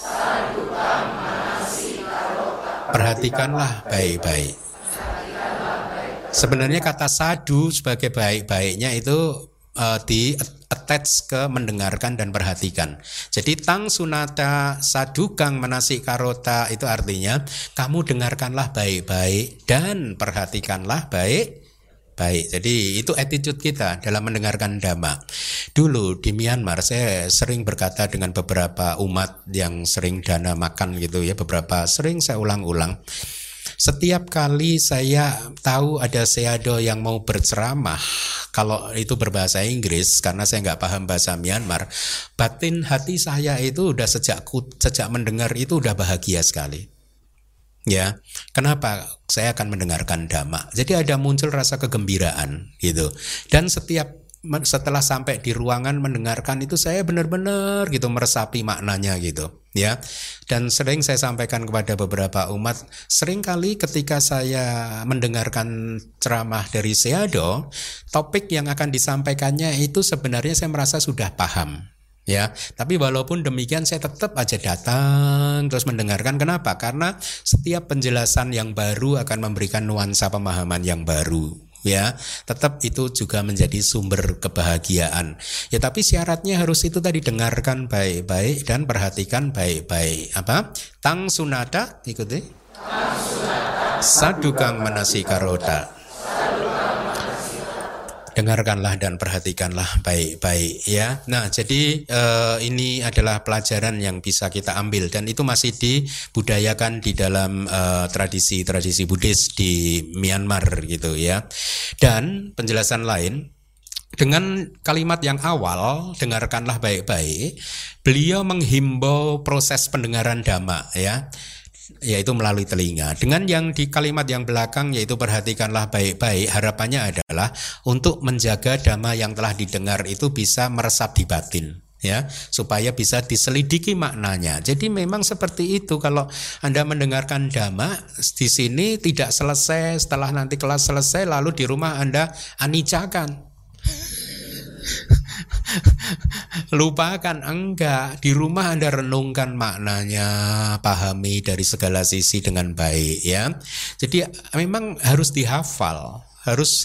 Perhatikanlah baik-baik. Sebenarnya kata sadu sebagai baik-baiknya itu di attach ke mendengarkan dan perhatikan. Jadi tang sunata sadukang manasi karota itu artinya kamu dengarkanlah baik-baik dan perhatikanlah baik-baik. Jadi itu attitude kita dalam mendengarkan dhamma. Dulu di Myanmar saya sering berkata dengan beberapa umat yang sering dana makan gitu ya, beberapa sering saya ulang-ulang. Setiap kali saya tahu ada sayadaw yang mau berceramah, kalau itu berbahasa Inggris, karena saya nggak paham bahasa Myanmar, batin hati saya itu udah sejak mendengar itu udah bahagia sekali. Ya, kenapa? Saya akan mendengarkan dhamma. Jadi ada muncul rasa kegembiraan gitu. Dan setelah sampai di ruangan mendengarkan itu saya benar-benar gitu meresapi maknanya gitu ya. Dan sering saya sampaikan kepada beberapa umat, sering kali ketika saya mendengarkan ceramah dari sayadaw, topik yang akan disampaikannya itu sebenarnya saya merasa sudah paham ya, tapi walaupun demikian saya tetap aja datang terus mendengarkan. Kenapa? Karena setiap penjelasan yang baru akan memberikan nuansa pemahaman yang baru. Ya, tetap itu juga menjadi sumber kebahagiaan. Ya, tapi syaratnya harus itu tadi, dengarkan baik-baik dan perhatikan baik-baik. Apa? Tang sunata, ikuti. Tang sunata. Sadukang manasi karota. Dengarkanlah dan perhatikanlah baik-baik ya. Nah, jadi ini adalah pelajaran yang bisa kita ambil dan itu masih dibudayakan di dalam tradisi-tradisi Buddhis di Myanmar gitu ya. Dan penjelasan lain dengan kalimat yang awal, dengarkanlah baik-baik, beliau menghimbau proses pendengaran dhamma ya, yaitu melalui telinga. Dengan yang di kalimat yang belakang yaitu perhatikanlah baik-baik, harapannya adalah untuk menjaga dhamma yang telah didengar itu bisa meresap di batin ya, supaya bisa diselidiki maknanya. Jadi memang seperti itu, kalau Anda mendengarkan dhamma di sini tidak selesai, setelah nanti kelas selesai lalu di rumah Anda anicakan. Lupakan, enggak. Di rumah Anda renungkan maknanya, pahami dari segala sisi dengan baik ya. Jadi memang harus dihafal, harus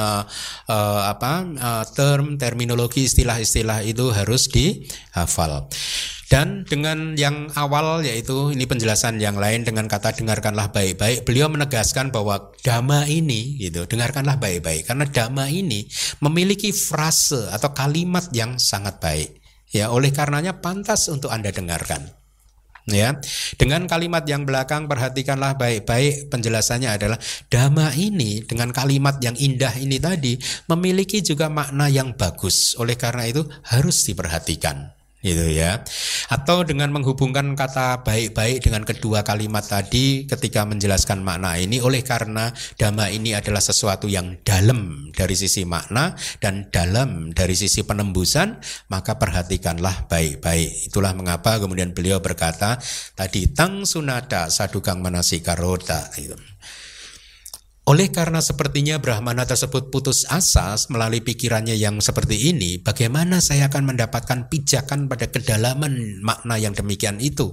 terminologi, istilah-istilah itu harus dihafal. Dan dengan yang awal yaitu ini penjelasan yang lain dengan kata dengarkanlah baik-baik, beliau menegaskan bahwa dhamma ini gitu, dengarkanlah baik-baik karena dhamma ini memiliki frase atau kalimat yang sangat baik. Ya, oleh karenanya pantas untuk Anda dengarkan. Ya, dengan kalimat yang belakang perhatikanlah baik-baik, penjelasannya adalah dhamma ini dengan kalimat yang indah ini tadi memiliki juga makna yang bagus. Oleh karena itu harus diperhatikan. gitu ya. Atau dengan menghubungkan kata baik-baik dengan kedua kalimat tadi ketika menjelaskan makna ini, oleh karena dhamma ini adalah sesuatu yang dalam dari sisi makna dan dalam dari sisi penembusan, maka perhatikanlah baik-baik. Itulah mengapa kemudian beliau berkata tadi tang sunada sadukang manasikarota gitu. Oleh karena sepertinya Brahmana tersebut putus asa melalui pikirannya yang seperti ini, bagaimana saya akan mendapatkan pijakan pada kedalaman makna yang demikian itu?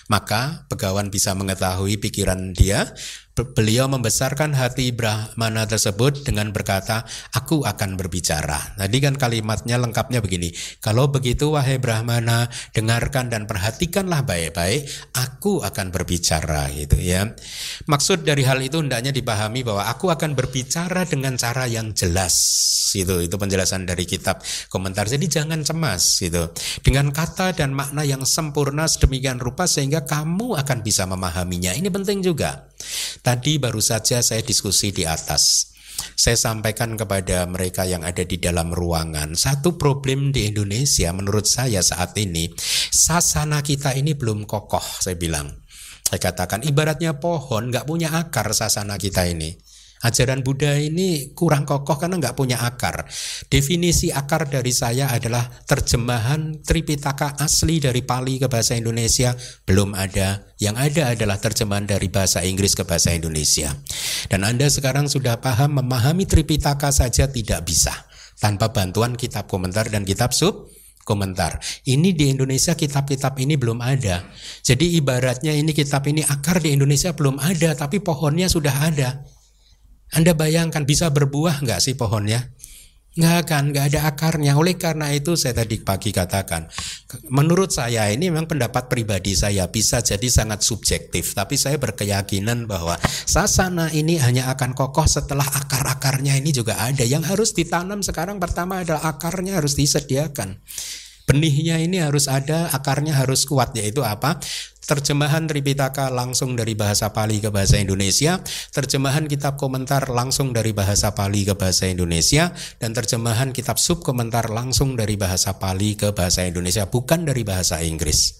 Maka Begawan bisa mengetahui pikiran dia. Beliau membesarkan hati Brahmana tersebut dengan berkata, aku akan berbicara. Tadi kan kalimatnya lengkapnya begini, kalau begitu wahai Brahmana, dengarkan dan perhatikanlah baik-baik, aku akan berbicara gitu ya. Maksud dari hal itu hendaknya dipahami bahwa aku akan berbicara dengan cara yang jelas. Itu penjelasan dari kitab komentar. Jadi jangan cemas gitu. Dengan kata dan makna yang sempurna sedemikian rupa sehingga kamu akan bisa memahaminya. Ini penting juga. Tadi baru saja saya diskusi di atas. Saya sampaikan kepada mereka yang ada di dalam ruangan, satu problem di Indonesia menurut saya saat ini, sasana kita ini belum kokoh. Saya bilang, saya katakan ibaratnya pohon gak punya akar sasana kita ini. Ajaran Buddha ini kurang kokoh karena nggak punya akar. Definisi akar dari saya adalah terjemahan Tripitaka asli dari Pali ke bahasa Indonesia belum ada. Yang ada adalah terjemahan dari bahasa Inggris ke bahasa Indonesia. Dan Anda sekarang sudah paham, memahami Tripitaka saja tidak bisa tanpa bantuan kitab komentar dan kitab sub komentar. Ini di Indonesia kitab-kitab ini belum ada. Jadi ibaratnya ini kitab ini akar di Indonesia belum ada, tapi pohonnya sudah ada. Anda bayangkan bisa berbuah nggak sih pohonnya? Nggak ada akarnya. Oleh karena itu saya tadi pagi katakan, menurut saya ini memang pendapat pribadi saya, bisa jadi sangat subjektif, tapi saya berkeyakinan bahwa sasana ini hanya akan kokoh setelah akar-akarnya ini juga ada. Yang harus ditanam sekarang pertama adalah akarnya harus disediakan. Benihnya ini harus ada, akarnya harus kuat, yaitu apa? Terjemahan Tripitaka langsung dari bahasa Pali ke bahasa Indonesia, terjemahan kitab komentar langsung dari bahasa Pali ke bahasa Indonesia, dan terjemahan kitab subkomentar langsung dari bahasa Pali ke bahasa Indonesia, bukan dari bahasa Inggris.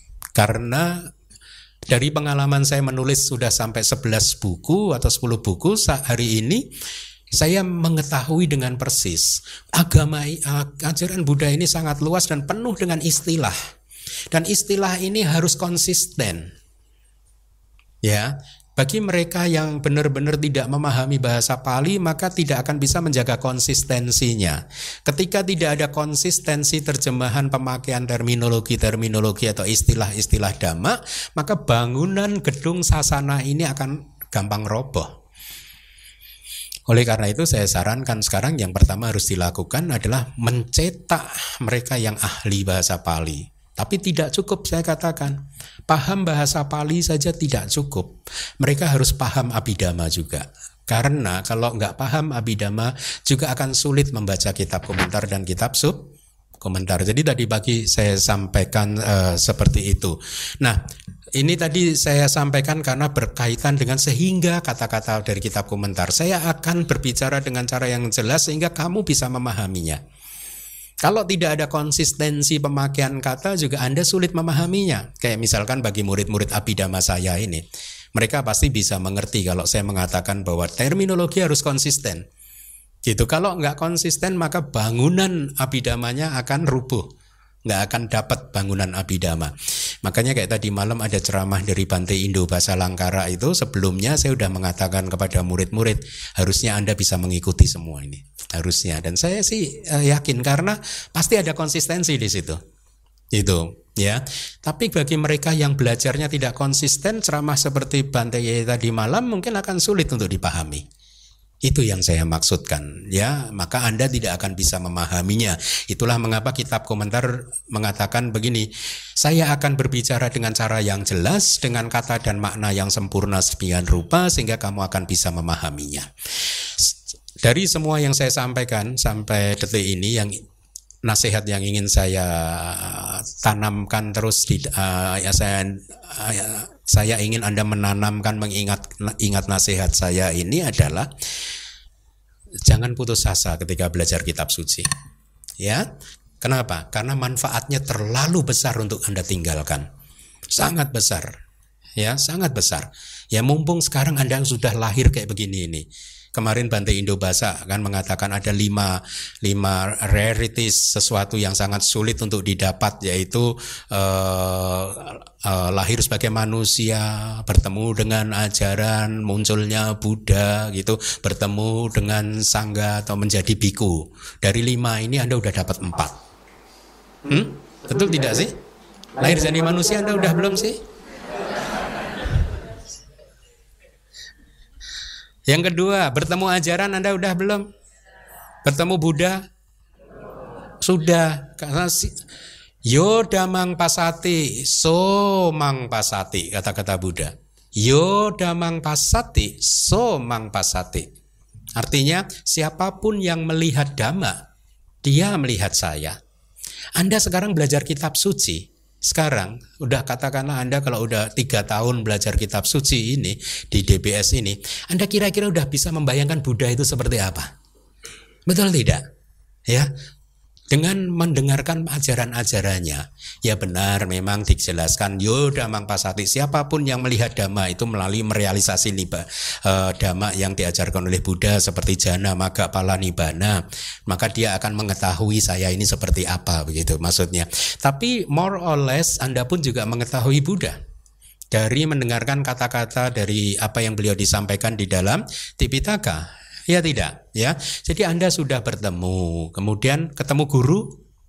Karena dari pengalaman saya menulis sudah sampai 11 buku atau 10 buku hari ini, saya mengetahui dengan persis ajaran Buddha ini sangat luas dan penuh dengan istilah. Dan istilah ini harus konsisten. Ya, bagi mereka yang benar-benar tidak memahami bahasa Pali, maka tidak akan bisa menjaga konsistensinya. Ketika tidak ada konsistensi terjemahan pemakaian terminologi atau istilah-istilah Dhamma, maka bangunan gedung sasana ini akan gampang roboh. Oleh karena itu saya sarankan sekarang yang pertama harus dilakukan adalah mencetak mereka yang ahli bahasa Pali. Tapi tidak cukup, saya katakan. Paham bahasa Pali saja tidak cukup. Mereka harus paham Abhidhamma juga. Karena kalau nggak paham Abhidhamma juga akan sulit membaca kitab komentar dan kitab sub komentar. Jadi tadi pagi saya sampaikan seperti itu. Nah, ini tadi saya sampaikan karena berkaitan dengan sehingga kata-kata dari kitab komentar. Saya akan berbicara dengan cara yang jelas sehingga kamu bisa memahaminya. Kalau tidak ada konsistensi pemakaian kata juga Anda sulit memahaminya. Kayak misalkan bagi murid-murid Abhidhamma saya ini, mereka pasti bisa mengerti kalau saya mengatakan bahwa terminologi harus konsisten. Gitu. Kalau nggak konsisten maka bangunan Abhidhammanya akan rubuh. Nggak akan dapat bangunan Abhidhamma. Makanya kayak tadi malam ada ceramah dari Bante Indo Basa Langkara itu, sebelumnya saya sudah mengatakan kepada murid-murid, harusnya Anda bisa mengikuti semua ini. Harusnya. Dan saya sih yakin karena pasti ada konsistensi di situ. Itu ya. Tapi bagi mereka yang belajarnya tidak konsisten, ceramah seperti Bante tadi malam mungkin akan sulit untuk dipahami. Itu yang saya maksudkan ya, maka Anda tidak akan bisa memahaminya. Itulah mengapa kitab komentar mengatakan begini, saya akan berbicara dengan cara yang jelas, dengan kata dan makna yang sempurna sedemikian rupa sehingga kamu akan bisa memahaminya. Dari semua yang saya sampaikan sampai detik ini, yang nasihat yang ingin saya tanamkan terus di saya ingin Anda menanamkan, ingat nasihat saya ini adalah jangan putus asa ketika belajar kitab suci. Ya, Kenapa? Karena manfaatnya terlalu besar untuk Anda tinggalkan. Sangat besar. Ya, sangat besar. Ya, mumpung sekarang Anda sudah lahir kayak begini ini. Kemarin Bante Indobasa kan mengatakan ada lima rarities, sesuatu yang sangat sulit untuk didapat, yaitu lahir sebagai manusia, bertemu dengan ajaran munculnya Buddha gitu, bertemu dengan sangga atau menjadi biku. Dari 5 ini Anda udah dapat 4. Betul tidak sih? Lahir jadi manusia Anda udah belum sih? Yang kedua, bertemu ajaran Anda udah belum? Bertemu Buddha? Sudah. Karena yo damang pasati, so mang pasati, kata-kata Buddha. Yo damang pasati, so mang pasati. Artinya, siapapun yang melihat Dhamma, dia melihat saya. Anda sekarang belajar kitab suci. Sekarang udah katakanlah Anda kalau udah 3 tahun belajar kitab suci ini di DBS ini, Anda kira-kira udah bisa membayangkan Buddha itu seperti apa? Betul tidak? Ya. Dengan mendengarkan ajaran-ajarannya, ya benar memang dijelaskan yo damang pasati, siapapun yang melihat Dhamma itu melalui merealisasi Dhamma yang diajarkan oleh Buddha seperti jana, magga, pala, nibbana, maka dia akan mengetahui saya ini seperti apa, begitu maksudnya. Tapi more or less Anda pun juga mengetahui Buddha dari mendengarkan kata-kata dari apa yang beliau disampaikan di dalam Tipitaka. Ya tidak, ya. Jadi Anda sudah bertemu, kemudian ketemu guru.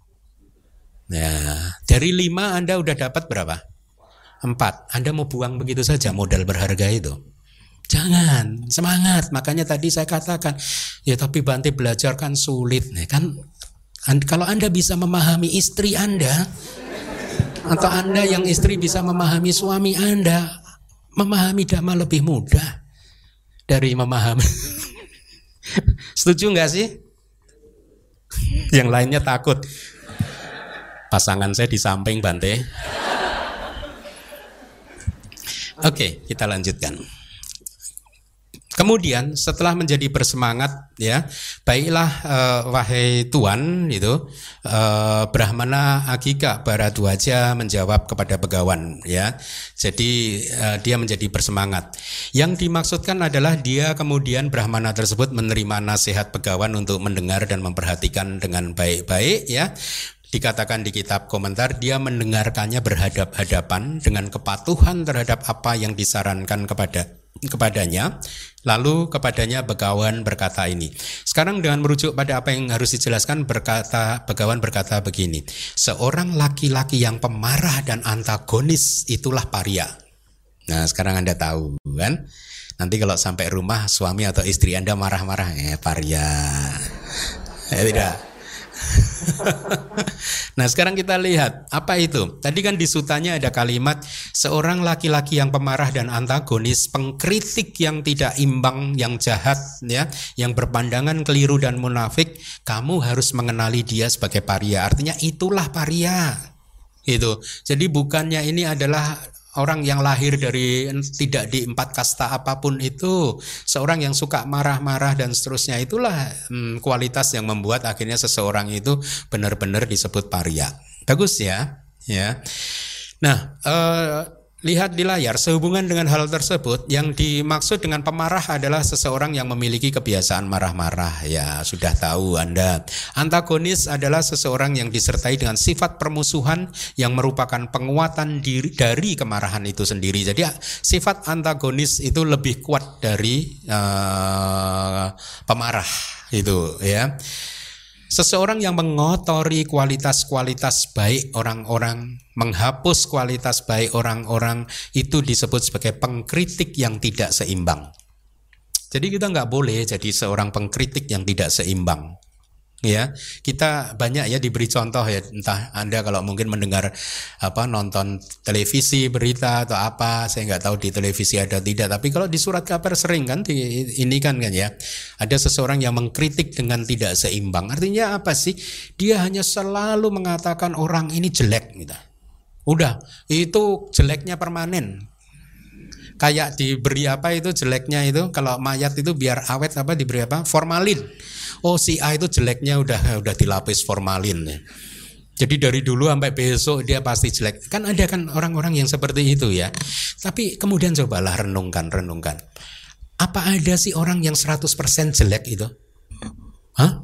Nah, dari 5 Anda udah dapat berapa? 4. Anda mau buang begitu saja modal berharga itu? Jangan, semangat. Makanya tadi saya katakan, ya tapi Bante belajar kan sulit, nih kan. Kalau Anda bisa memahami istri Anda, atau Anda yang istri bisa memahami suami Anda, memahami Dhamma lebih mudah dari memahami. Setuju nggak sih? Yang lainnya takut. Pasangan saya di samping Bante. Oke, kita lanjutkan. Kemudian setelah menjadi bersemangat, ya, baiklah wahai Tuan, itu Brahmana Agika Bharadwaja menjawab kepada Begawan, ya. Jadi dia menjadi bersemangat. Yang dimaksudkan adalah dia kemudian Brahmana tersebut menerima nasihat Begawan untuk mendengar dan memperhatikan dengan baik-baik, ya. Dikatakan di kitab komentar, dia mendengarkannya berhadap-hadapan dengan kepatuhan terhadap apa yang disarankan kepadanya. Lalu kepadanya Begawan berkata ini. Sekarang dengan merujuk pada apa yang harus dijelaskan, Begawan berkata begini. Seorang laki-laki yang pemarah dan antagonis itulah paria. Nah, sekarang Anda tahu kan? Nanti kalau sampai rumah suami atau istri Anda marah-marah, paria. Tidak. Nah, sekarang kita lihat apa itu. Tadi kan di sutanya ada kalimat seorang laki-laki yang pemarah dan antagonis, pengkritik yang tidak imbang, yang jahat, ya, yang berpandangan keliru dan munafik. Kamu harus mengenali dia sebagai paria. Artinya itulah paria. Gitu. Jadi bukannya ini adalah orang yang lahir dari tidak di 4 kasta apapun itu, seorang yang suka marah-marah dan seterusnya, itulah kualitas yang membuat akhirnya seseorang itu benar-benar disebut paria. Bagus ya, ya. Nah, lihat di layar, sehubungan dengan hal tersebut, yang dimaksud dengan pemarah adalah seseorang yang memiliki kebiasaan marah-marah. Ya, sudah tahu Anda. Antagonis adalah seseorang yang disertai dengan sifat permusuhan yang merupakan penguatan diri dari kemarahan itu sendiri. Jadi sifat antagonis itu lebih kuat dari pemarah itu, ya. Seseorang yang mengotori kualitas-kualitas baik orang-orang, menghapus kualitas baik orang-orang, itu disebut sebagai pengkritik yang tidak seimbang. Jadi kita nggak boleh jadi seorang pengkritik yang tidak seimbang. Ya, kita banyak ya diberi contoh ya, entah Anda kalau mungkin mendengar nonton televisi berita atau apa, saya nggak tahu di televisi ada tidak, tapi kalau di surat kabar sering kan ini kan ya, ada seseorang yang mengkritik dengan tidak seimbang. Artinya apa sih? Dia hanya selalu mengatakan orang ini jelek gitu. Udah, itu jeleknya permanen. Kayak diberi apa itu jeleknya itu, kalau mayat itu biar awet diberi apa? Formalin. Oh, si A itu jeleknya udah dilapis formalin. Jadi dari dulu sampai besok dia pasti jelek. Kan ada kan orang-orang yang seperti itu ya. Tapi kemudian cobalah renungkan. Apa ada sih orang yang 100% jelek itu? Hah?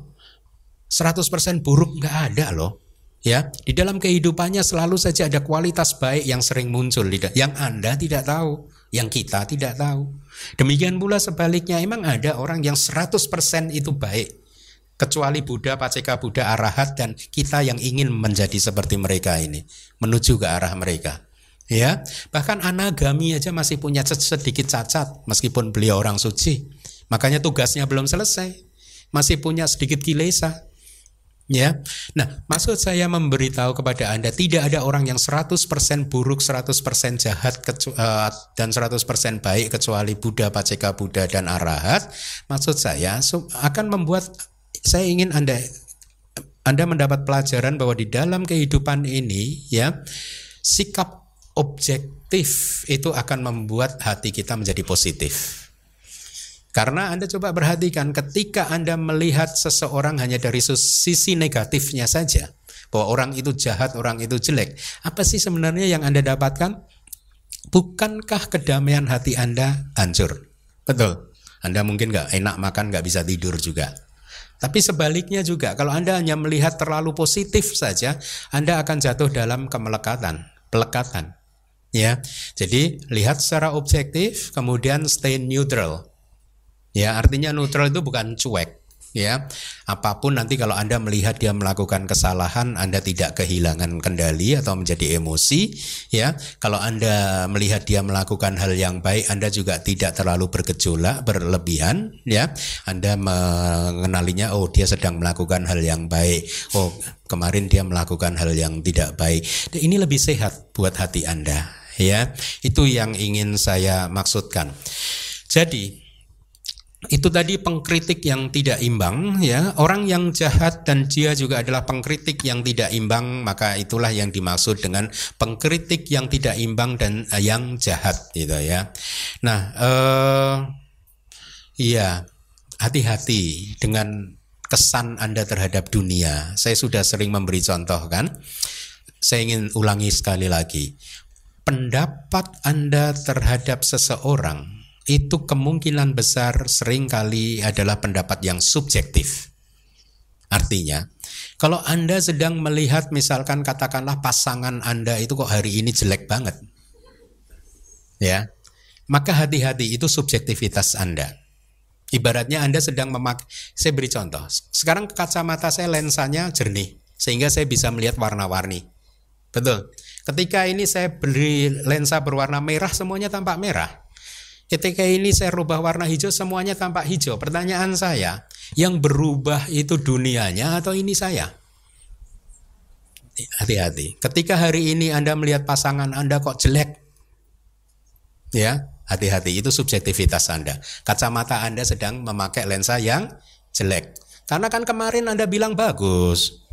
100% buruk nggak ada loh. Ya, di dalam kehidupannya selalu saja ada kualitas baik yang sering muncul yang Anda tidak tahu, yang kita tidak tahu. Demikian pula sebaliknya, emang ada orang yang 100% itu baik. Kecuali Buddha, Paceka Buddha, Arahat, dan kita yang ingin menjadi seperti mereka ini, menuju ke arah mereka. Ya, bahkan Anagami aja masih punya sedikit cacat meskipun beliau orang suci. Makanya tugasnya belum selesai. Masih punya sedikit kilesa. Ya. Nah, maksud saya memberitahu kepada Anda tidak ada orang yang 100% buruk, 100% jahat dan 100% baik kecuali Buddha, Paceka Buddha, dan Arahat. Maksud saya akan membuat saya ingin Anda mendapat pelajaran bahwa di dalam kehidupan ini ya, sikap objektif itu akan membuat hati kita menjadi positif. Karena Anda coba perhatikan ketika Anda melihat seseorang hanya dari sisi negatifnya saja, bahwa orang itu jahat, orang itu jelek, apa sih sebenarnya yang Anda dapatkan? Bukankah kedamaian hati Anda hancur? Betul. Anda mungkin gak enak makan, gak bisa tidur juga. Tapi sebaliknya juga, kalau Anda hanya melihat terlalu positif saja, Anda akan jatuh dalam pelekatan. Ya, jadi lihat secara objektif, kemudian stay neutral. Ya, artinya neutral itu bukan cuek. Ya, apapun nanti kalau Anda melihat dia melakukan kesalahan, Anda tidak kehilangan kendali atau menjadi emosi. Ya, kalau Anda melihat dia melakukan hal yang baik, Anda juga tidak terlalu bergejolak, berlebihan. Ya, Anda mengenalinya, oh dia sedang melakukan hal yang baik. Oh kemarin dia melakukan hal yang tidak baik. Dan ini lebih sehat buat hati Anda. Ya, itu yang ingin saya maksudkan. Jadi itu tadi pengkritik yang tidak imbang ya. Orang yang jahat dan dia juga adalah pengkritik yang tidak imbang, maka itulah yang dimaksud dengan pengkritik yang tidak imbang dan yang jahat gitu ya. Nah, iya, hati-hati dengan kesan Anda terhadap dunia. Saya sudah sering memberi contoh kan. Saya ingin ulangi sekali lagi. Pendapat Anda terhadap seseorang itu kemungkinan besar seringkali adalah pendapat yang subjektif. Artinya, kalau Anda sedang melihat misalkan katakanlah pasangan Anda itu kok hari ini jelek banget. Ya. Maka hati-hati, itu subjektivitas Anda. Ibaratnya Anda sedang saya beri contoh. Sekarang kacamata saya lensanya jernih sehingga saya bisa melihat warna-warni. Betul. Ketika ini saya beli lensa berwarna merah, semuanya tampak merah. Ketika ini saya rubah warna hijau, semuanya tampak hijau. Pertanyaan saya, yang berubah itu dunianya atau ini saya? Hati-hati. Ketika hari ini Anda melihat pasangan Anda kok jelek, ya hati-hati, itu subjektivitas Anda. Kacamata Anda sedang memakai lensa yang jelek. Karena kan kemarin Anda bilang bagus.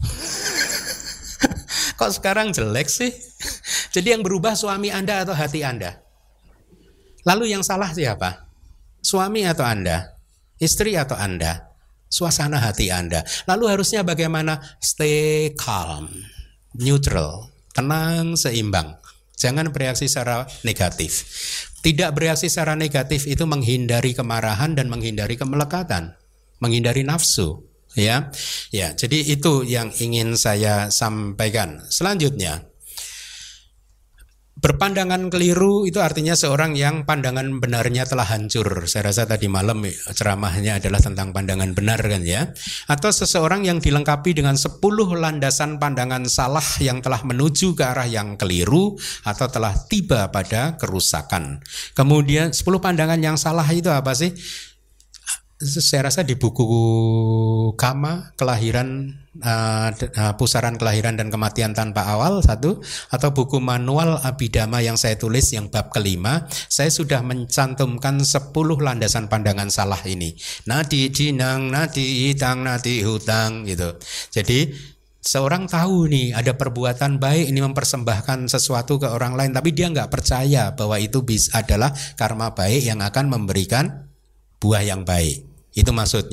Kok sekarang jelek sih? Jadi yang berubah suami Anda atau hati Anda? Lalu yang salah siapa? Suami atau Anda? Istri atau Anda? Suasana hati Anda. Lalu harusnya bagaimana? Stay calm, neutral, tenang, seimbang. Jangan bereaksi secara negatif. Tidak bereaksi secara negatif itu menghindari kemarahan dan menghindari kemelekatan, menghindari nafsu. Ya, jadi itu yang ingin saya sampaikan. Selanjutnya, berpandangan keliru itu artinya seorang yang pandangan benarnya telah hancur. Saya rasa tadi malam ceramahnya adalah tentang pandangan benar kan ya. Atau seseorang yang dilengkapi dengan 10 landasan pandangan salah yang telah menuju ke arah yang keliru atau telah tiba pada kerusakan. Kemudian 10 pandangan yang salah itu apa sih? Saya rasa di buku Kama, kelahiran, pusaran kelahiran dan kematian tanpa awal 1, atau buku manual Abhidhamma yang saya tulis yang bab kelima, saya sudah mencantumkan 10 landasan pandangan salah ini. Nadi jinang, nadi hitang, nadi hutang gitu. Jadi seorang tahu nih ada perbuatan baik ini mempersembahkan sesuatu ke orang lain, tapi dia nggak percaya bahwa itu adalah karma baik yang akan memberikan buah yang baik. Itu maksudnya.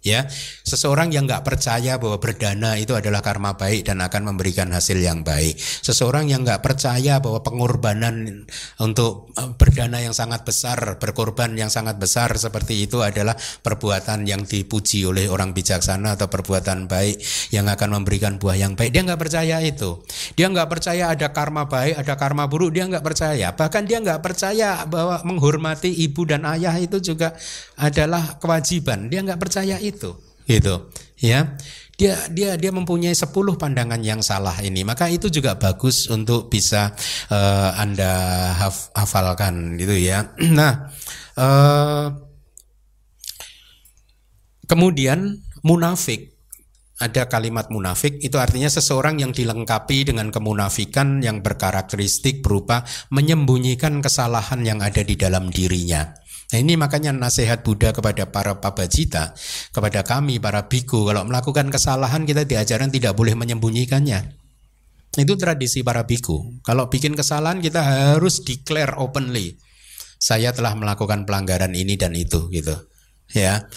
Ya, seseorang yang nggak percaya bahwa berdana itu adalah karma baik dan akan memberikan hasil yang baik. Seseorang yang nggak percaya bahwa pengorbanan untuk berdana yang sangat besar, berkorban yang sangat besar seperti itu adalah perbuatan yang dipuji oleh orang bijaksana atau perbuatan baik yang akan memberikan buah yang baik. Dia nggak percaya itu. Dia nggak percaya ada karma baik, ada karma buruk. Dia nggak percaya. Bahkan dia nggak percaya bahwa menghormati ibu dan ayah itu juga adalah kewajiban. Dia nggak percaya itu. Gitu ya, dia mempunyai 10 pandangan yang salah ini, maka itu juga bagus untuk bisa Anda hafalkan gitu ya. Nah, kemudian munafik, ada kalimat munafik, itu artinya seseorang yang dilengkapi dengan kemunafikan yang berkarakteristik berupa menyembunyikan kesalahan yang ada di dalam dirinya. Nah, ini makanya nasihat Buddha kepada para pabajita, kepada kami para biku, kalau melakukan kesalahan kita diajarkan tidak boleh menyembunyikannya. Itu tradisi para biku. Kalau bikin kesalahan kita harus declare openly, saya telah melakukan pelanggaran ini dan itu gitu. Ya,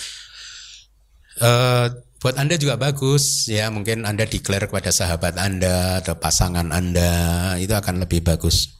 buat Anda juga bagus ya, mungkin Anda declare kepada sahabat Anda atau pasangan Anda, itu akan lebih bagus.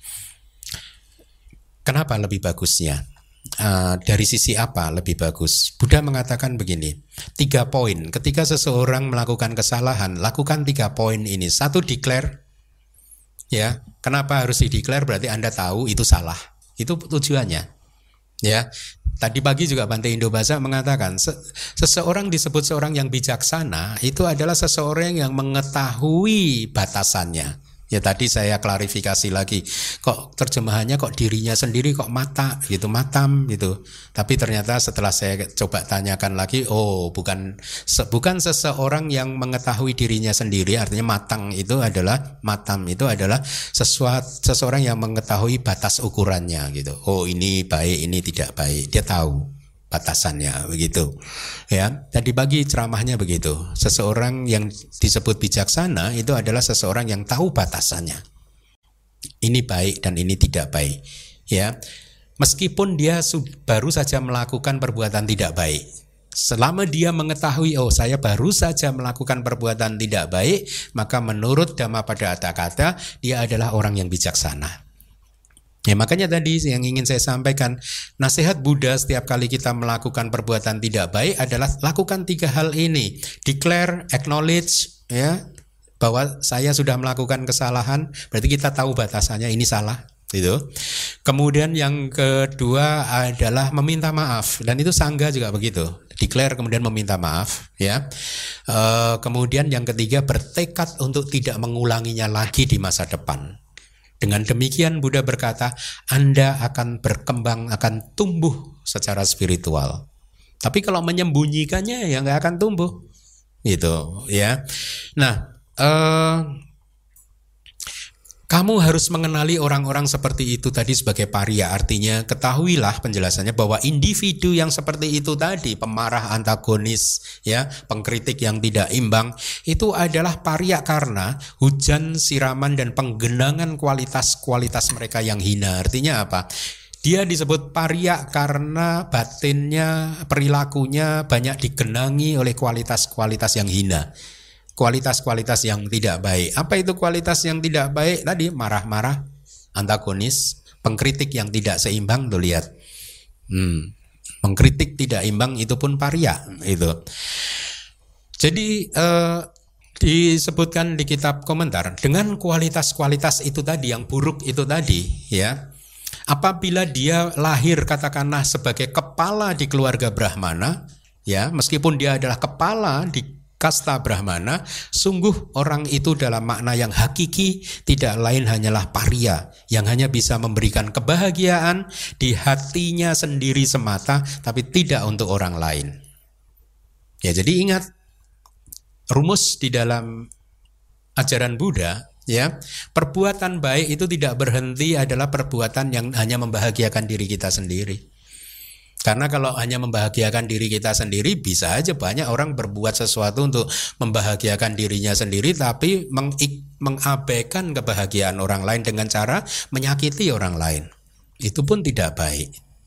Kenapa lebih bagusnya? Dari sisi apa lebih bagus? Buddha mengatakan begini, 3 poin. Ketika seseorang melakukan kesalahan, lakukan 3 poin ini. 1, declare. Ya, kenapa harus di-declare? Berarti Anda tahu itu salah. Itu tujuannya. Ya, tadi pagi juga Bante Indobasa mengatakan seseorang disebut seorang yang bijaksana itu adalah seseorang yang mengetahui batasannya. Ya, tadi saya klarifikasi lagi, kok terjemahannya kok dirinya sendiri kok mata gitu, matam gitu. Tapi ternyata setelah saya coba tanyakan lagi, oh bukan seseorang yang mengetahui dirinya sendiri, artinya matam itu adalah seseorang yang mengetahui batas ukurannya gitu. Oh, ini baik, ini tidak baik. Dia tahu batasannya begitu. Ya, tadi pagi ceramahnya begitu. Seseorang yang disebut bijaksana itu adalah seseorang yang tahu batasannya. Ini baik dan ini tidak baik. Ya. Meskipun dia baru saja melakukan perbuatan tidak baik. Selama dia mengetahui, oh saya baru saja melakukan perbuatan tidak baik, maka menurut Dhammapada Atthakatha dia adalah orang yang bijaksana. Ya, makanya tadi yang ingin saya sampaikan, nasihat Buddha setiap kali kita melakukan perbuatan tidak baik adalah lakukan 3 hal ini. Declare, acknowledge, ya, bahwa saya sudah melakukan kesalahan, berarti kita tahu batasannya ini salah, gitu. Kemudian yang kedua adalah meminta maaf, dan itu Sangha juga begitu. Declare kemudian meminta maaf, ya. Kemudian yang ketiga bertekad untuk tidak mengulanginya lagi di masa depan. Dengan demikian Buddha berkata, Anda akan berkembang, akan tumbuh secara spiritual. Tapi kalau menyembunyikannya ya nggak akan tumbuh, gitu ya. Nah, kamu harus mengenali orang-orang seperti itu tadi sebagai paria. Artinya ketahuilah penjelasannya bahwa individu yang seperti itu tadi, pemarah, antagonis, ya, pengkritik yang tidak imbang, itu adalah paria karena hujan, siraman dan penggenangan kualitas-kualitas mereka yang hina. Artinya apa? Dia disebut paria karena batinnya, perilakunya banyak digenangi oleh kualitas-kualitas yang hina. Kualitas-kualitas yang tidak baik. Apa itu kualitas yang tidak baik? Tadi marah-marah, antagonis, pengkritik yang tidak seimbang. Tuh lihat, mengkritik tidak imbang itu pun paria itu. Jadi disebutkan di kitab komentar dengan kualitas-kualitas itu tadi yang buruk itu tadi, ya. Apabila dia lahir katakanlah sebagai kepala di keluarga Brahmana, ya, meskipun dia adalah kepala di kasta Brahmana, sungguh orang itu dalam makna yang hakiki tidak lain hanyalah paria yang hanya bisa memberikan kebahagiaan di hatinya sendiri semata, tapi tidak untuk orang lain. Ya, jadi ingat rumus di dalam ajaran Buddha, ya, perbuatan baik itu tidak berhenti adalah perbuatan yang hanya membahagiakan diri kita sendiri. Karena kalau hanya membahagiakan diri kita sendiri, bisa aja banyak orang berbuat sesuatu untuk membahagiakan dirinya sendiri, tapi mengabaikan kebahagiaan orang lain dengan cara menyakiti orang lain. Itu pun tidak baik.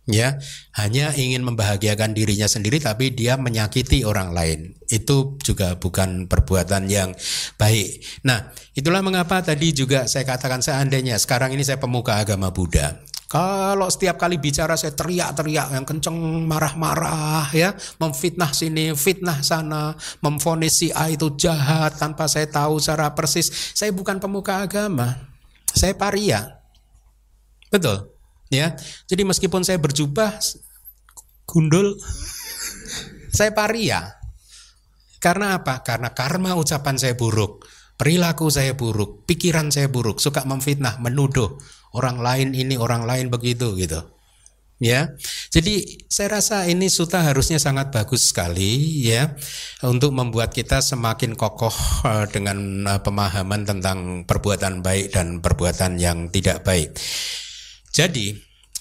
Ya, hanya ingin membahagiakan dirinya sendiri tapi dia menyakiti orang lain. Itu juga bukan perbuatan yang baik. Nah, itulah mengapa tadi juga saya katakan seandainya sekarang ini saya pemuka agama Buddha. Kalau setiap kali bicara saya teriak-teriak yang kenceng, marah-marah ya, memfitnah sini, fitnah sana, memvonis si A itu jahat tanpa saya tahu secara persis, saya bukan pemuka agama. Saya paria. Betul? Ya, jadi meskipun saya berjubah gundul, saya paria. Karena apa? Karena karma ucapan saya buruk, perilaku saya buruk, pikiran saya buruk, suka memfitnah, menuduh orang lain ini, orang lain begitu gitu. Ya, jadi saya rasa ini sutta harusnya sangat bagus sekali ya untuk membuat kita semakin kokoh dengan pemahaman tentang perbuatan baik dan perbuatan yang tidak baik. Jadi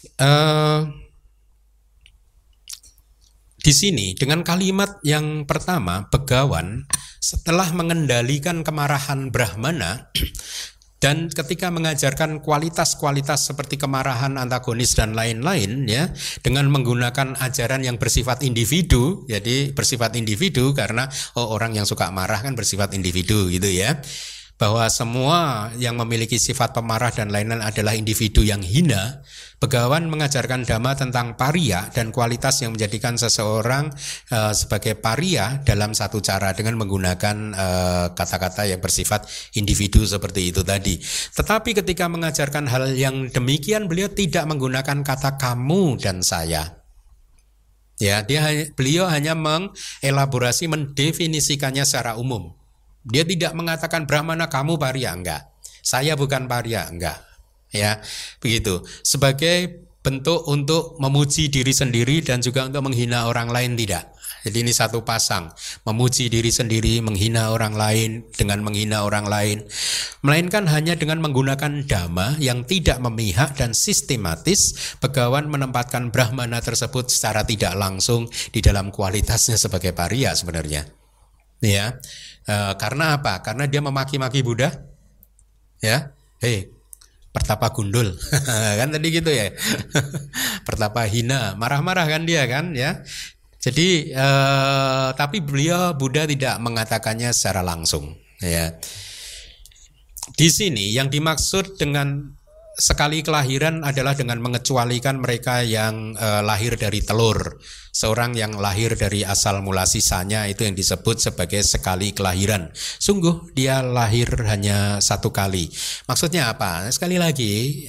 di sini dengan kalimat yang pertama, Begawan setelah mengendalikan kemarahan Brahmana dan ketika mengajarkan kualitas-kualitas seperti kemarahan, antagonis dan lain-lain ya, dengan menggunakan ajaran yang bersifat individu. Jadi bersifat individu karena orang yang suka marah kan bersifat individu gitu ya. Bahwa semua yang memiliki sifat pemarah dan lain-lain adalah individu yang hina. Begawan mengajarkan dhamma tentang paria dan kualitas yang menjadikan seseorang sebagai paria dalam satu cara dengan menggunakan kata-kata yang bersifat individu seperti itu tadi. Tetapi ketika mengajarkan hal yang demikian, beliau tidak menggunakan kata kamu dan saya. Ya, beliau hanya mengelaborasi, mendefinisikannya secara umum. Dia tidak mengatakan Brahmana kamu paria, enggak. Saya bukan paria, enggak. Ya, begitu. Sebagai bentuk untuk memuji diri sendiri dan juga untuk menghina orang lain tidak. Jadi ini satu pasang, memuji diri sendiri, menghina orang lain dengan menghina orang lain. Melainkan hanya dengan menggunakan dhamma yang tidak memihak dan sistematis, Begawan menempatkan Brahmana tersebut secara tidak langsung di dalam kualitasnya sebagai paria sebenarnya. Ya. Karena apa? Karena dia memaki-maki Buddha. Ya. Pertapa gundul. Kan tadi gitu ya. Pertapa hina, marah-marah kan dia kan ya. Jadi tapi Buddha tidak mengatakannya secara langsung ya. Di sini yang dimaksud dengan sekali kelahiran adalah dengan mengecualikan mereka yang lahir dari telur. Seorang yang lahir dari asal mula sisanya itu yang disebut sebagai sekali kelahiran. Sungguh dia lahir hanya satu kali. Maksudnya apa? Sekali lagi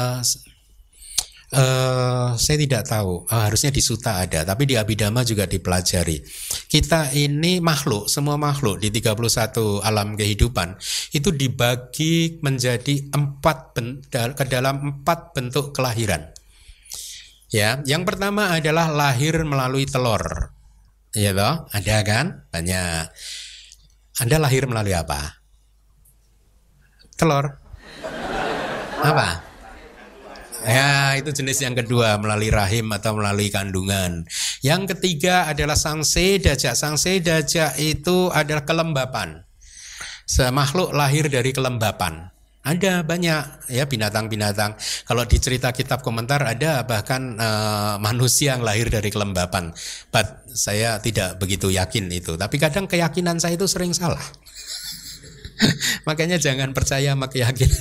saya tidak tahu, harusnya di sutta ada, tapi di Abhidhamma juga dipelajari. Kita ini makhluk, semua makhluk di 31 alam kehidupan itu dibagi menjadi ke dalam 4 bentuk kelahiran. Ya, yang pertama adalah lahir melalui telur. Ya toh, ada kan? Banyak. Anda lahir melalui apa? Telur. Apa? Ya, itu jenis yang kedua, melalui rahim atau melalui kandungan. Yang ketiga adalah sangsedaja. Sangsedaja itu adalah kelembapan. Makhluk lahir dari kelembapan. Ada banyak ya binatang-binatang. Kalau di cerita kitab komentar ada bahkan manusia yang lahir dari kelembapan. But saya tidak begitu yakin itu. Tapi kadang keyakinan saya itu sering salah. Makanya jangan percaya sama keyakinan.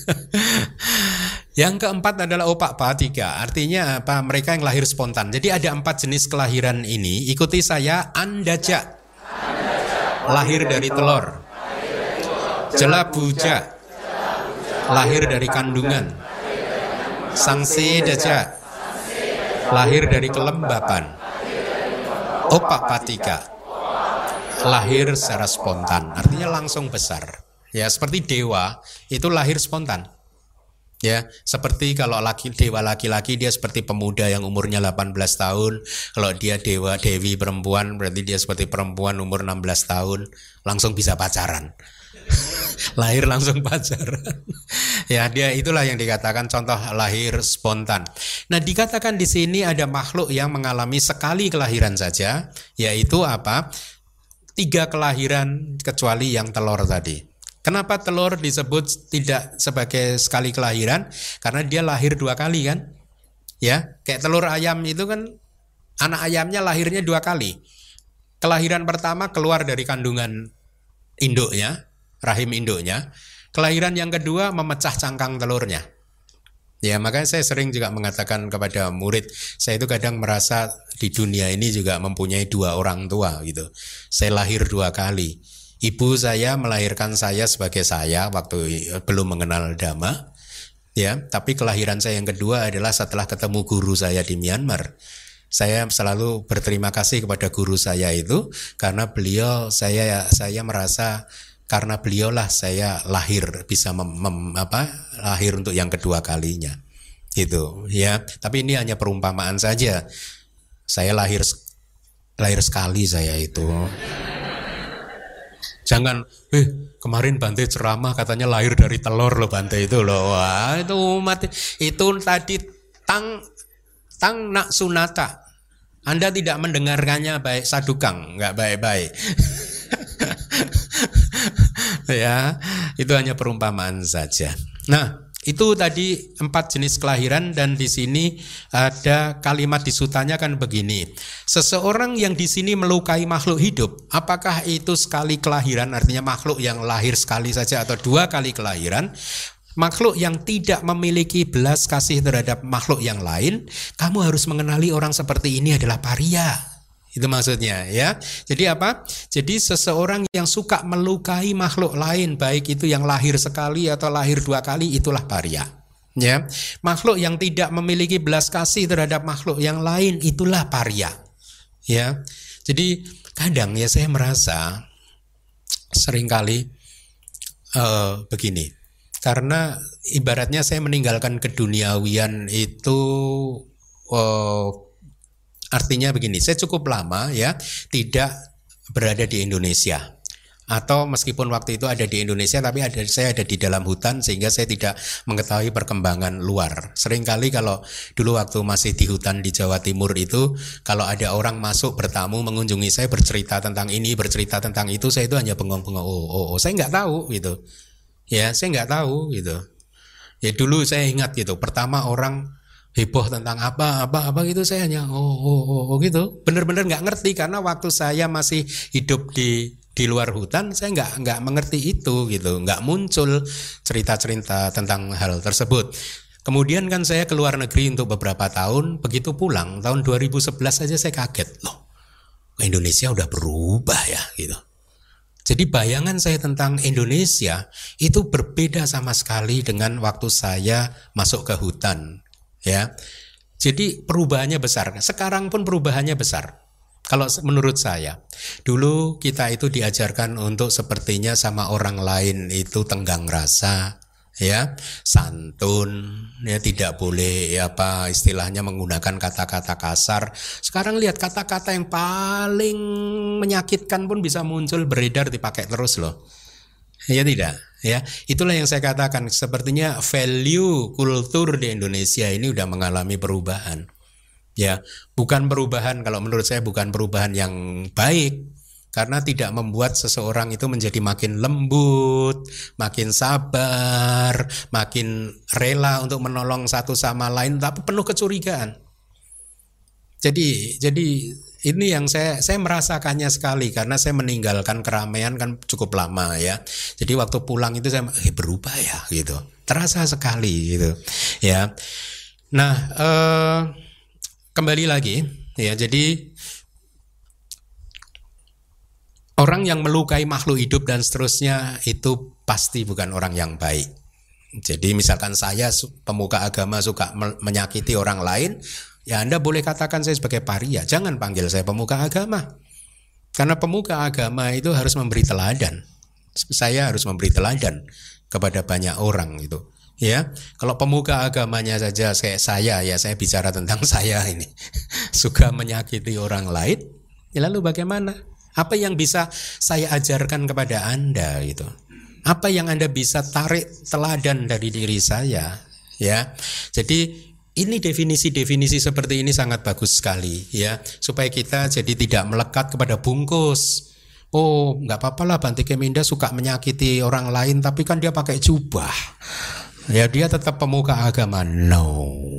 Yang keempat adalah opakpatika, artinya apa? Mereka yang lahir spontan. Jadi ada 4 jenis kelahiran ini. Ikuti saya. Andaja, lahir dari telur. Jalabuja, lahir dari kandungan. Sangsedaja, lahir dari kelembapan. Opakpatika, lahir secara spontan, artinya langsung besar. Ya, seperti dewa itu lahir spontan. Ya, seperti kalau dewa laki-laki dia seperti pemuda yang umurnya 18 tahun. Kalau dia dewi perempuan berarti dia seperti perempuan umur 16 tahun, langsung bisa pacaran. Lahir langsung pacaran. Ya, dia itulah yang dikatakan contoh lahir spontan. Nah, dikatakan di sini ada makhluk yang mengalami sekali kelahiran saja, yaitu apa? 3 kelahiran kecuali yang telur tadi. Kenapa telur disebut tidak sebagai sekali kelahiran? Karena dia lahir 2 kali kan? Ya, kayak telur ayam itu kan anak ayamnya lahirnya 2 kali. Kelahiran pertama keluar dari kandungan induknya, rahim induknya. Kelahiran yang kedua memecah cangkang telurnya. Ya, makanya saya sering juga mengatakan kepada murid, saya itu kadang merasa di dunia ini juga mempunyai 2 orang tua gitu. Saya lahir 2 kali. Ibu saya melahirkan saya sebagai saya waktu belum mengenal Dhamma. Ya, tapi kelahiran saya yang kedua adalah setelah ketemu guru saya di Myanmar. Saya selalu berterima kasih kepada guru saya itu karena beliau saya merasa karena beliaulah saya lahir bisa lahir untuk yang kedua kalinya. Gitu, ya. Tapi ini hanya perumpamaan saja. Saya lahir sekali saya itu. Jangan, kemarin Bante ceramah katanya lahir dari telur loh Bante itu loh. Wah, itu umat itu tadi tang nak sunata. Anda tidak mendengarkannya baik sadukang, nggak baik-baik. Ya, itu hanya perumpamaan saja. Nah, itu tadi 4 jenis kelahiran dan di sini ada kalimat di sutanya kan begini. Seseorang yang di sini melukai makhluk hidup, apakah itu sekali kelahiran artinya makhluk yang lahir sekali saja atau 2 kali kelahiran? Makhluk yang tidak memiliki belas kasih terhadap makhluk yang lain, kamu harus mengenali orang seperti ini adalah paria. Itu maksudnya ya. Jadi apa? Jadi seseorang yang suka melukai makhluk lain, baik itu yang lahir sekali atau lahir 2 kali, itulah paria. Ya. Makhluk yang tidak memiliki belas kasih terhadap makhluk yang lain, itulah paria. Ya. Jadi kadang ya saya merasa seringkali begini. Karena ibaratnya saya meninggalkan keduniawian itu artinya begini, saya cukup lama ya tidak berada di Indonesia. Atau meskipun waktu itu ada di Indonesia tapi saya ada di dalam hutan sehingga saya tidak mengetahui perkembangan luar. Seringkali kalau dulu waktu masih di hutan di Jawa Timur itu, kalau ada orang masuk bertamu mengunjungi saya bercerita tentang ini, bercerita tentang itu, saya itu hanya bengong-bengong, saya nggak tahu gitu. Ya, saya nggak tahu gitu. Ya dulu saya ingat gitu. Pertama orang heboh tentang apa gitu, saya hanya gitu. Benar-benar nggak ngerti karena waktu saya masih hidup di luar hutan, saya nggak mengerti itu gitu. Nggak muncul cerita-cerita tentang hal tersebut. Kemudian kan saya ke luar negeri untuk beberapa tahun. Begitu pulang tahun 2011 saja saya kaget loh. Indonesia udah berubah ya gitu. Jadi bayangan saya tentang Indonesia itu berbeda sama sekali dengan waktu saya masuk ke hutan, ya. Jadi perubahannya besar. Sekarang pun perubahannya besar. Kalau menurut saya, dulu kita itu diajarkan untuk sepertinya sama orang lain itu tenggang rasa, ya, santun, ya, tidak boleh istilahnya menggunakan kata-kata kasar. Sekarang lihat kata-kata yang paling menyakitkan pun bisa muncul beredar dipakai terus loh. Ya tidak, ya. Itulah yang saya katakan, sepertinya value kultur di Indonesia ini udah mengalami perubahan. Ya, bukan perubahan, kalau menurut saya bukan perubahan yang baik. Karena tidak membuat seseorang itu menjadi makin lembut, makin sabar, makin rela untuk menolong satu sama lain, tapi penuh kecurigaan. Jadi ini yang saya merasakannya sekali karena saya meninggalkan keramaian kan cukup lama ya. Jadi waktu pulang itu saya berubah ya gitu, terasa sekali gitu ya. Nah kembali lagi ya, jadi orang yang melukai makhluk hidup dan seterusnya itu pasti bukan orang yang baik. Jadi misalkan saya pemuka agama suka menyakiti orang lain, ya Anda boleh katakan saya sebagai paria. Jangan panggil saya pemuka agama. Karena pemuka agama itu harus memberi teladan. Saya harus memberi teladan kepada banyak orang itu. Ya, kalau pemuka agamanya saja kayak saya bicara tentang saya ini suka menyakiti orang lain, ya lalu bagaimana? Apa yang bisa saya ajarkan kepada Anda gitu? Apa yang Anda bisa tarik teladan dari diri saya? Ya, jadi ini definisi-definisi seperti ini sangat bagus sekali ya, supaya kita jadi tidak melekat kepada bungkus. Oh, nggak apa-apa lah Bante Keminda suka menyakiti orang lain, tapi kan dia pakai jubah. Ya dia tetap pemuka agama. No,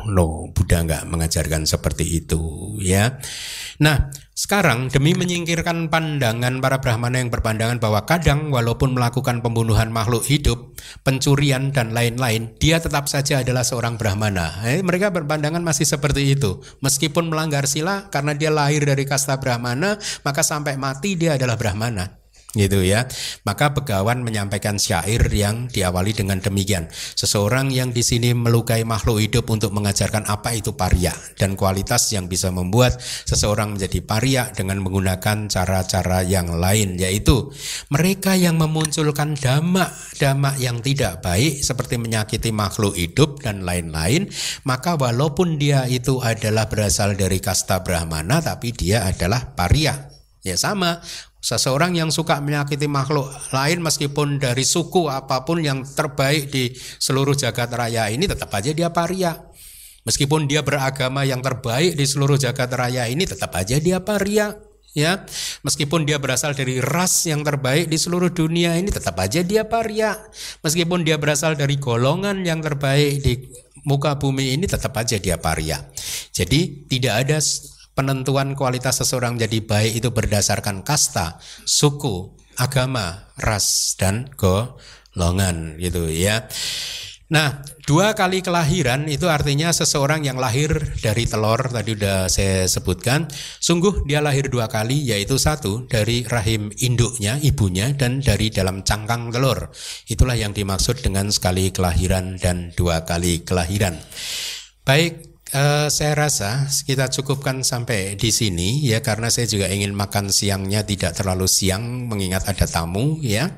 no, Buddha nggak mengajarkan seperti itu, ya. Nah, sekarang demi menyingkirkan pandangan para Brahmana yang berpandangan bahwa kadang walaupun melakukan pembunuhan makhluk hidup, pencurian dan lain-lain, dia tetap saja adalah seorang Brahmana. Mereka berpandangan masih seperti itu. Meskipun melanggar sila, karena dia lahir dari kasta Brahmana, maka sampai mati dia adalah Brahmana. Gitu ya. Maka Begawan menyampaikan syair yang diawali dengan demikian. Seseorang yang di sini melukai makhluk hidup untuk mengajarkan apa itu parya dan kualitas yang bisa membuat seseorang menjadi parya dengan menggunakan cara-cara yang lain, yaitu mereka yang memunculkan dhamma yang tidak baik seperti menyakiti makhluk hidup dan lain-lain, maka walaupun dia itu adalah berasal dari kasta Brahmana tapi dia adalah parya. Ya sama, seseorang yang suka menyakiti makhluk lain meskipun dari suku apapun yang terbaik di seluruh jagat raya ini, tetap aja dia parya. Meskipun dia beragama yang terbaik di seluruh jagat raya ini, tetap aja dia parya. Ya, meskipun dia berasal dari ras yang terbaik di seluruh dunia ini, tetap aja dia parya. Meskipun dia berasal dari golongan yang terbaik di muka bumi ini, tetap aja dia parya. Jadi tidak ada penentuan kualitas seseorang jadi baik itu berdasarkan kasta, suku, agama, ras, dan golongan gitu ya. Nah, 2 kali kelahiran itu artinya seseorang yang lahir dari telur, tadi udah saya sebutkan. Sungguh dia lahir 2 kali, yaitu 1 dari rahim induknya, ibunya, dan dari dalam cangkang telur. Itulah yang dimaksud dengan sekali kelahiran dan 2 kali kelahiran. Baik, saya rasa kita cukupkan sampai di sini ya, karena saya juga ingin makan siangnya tidak terlalu siang mengingat ada tamu ya.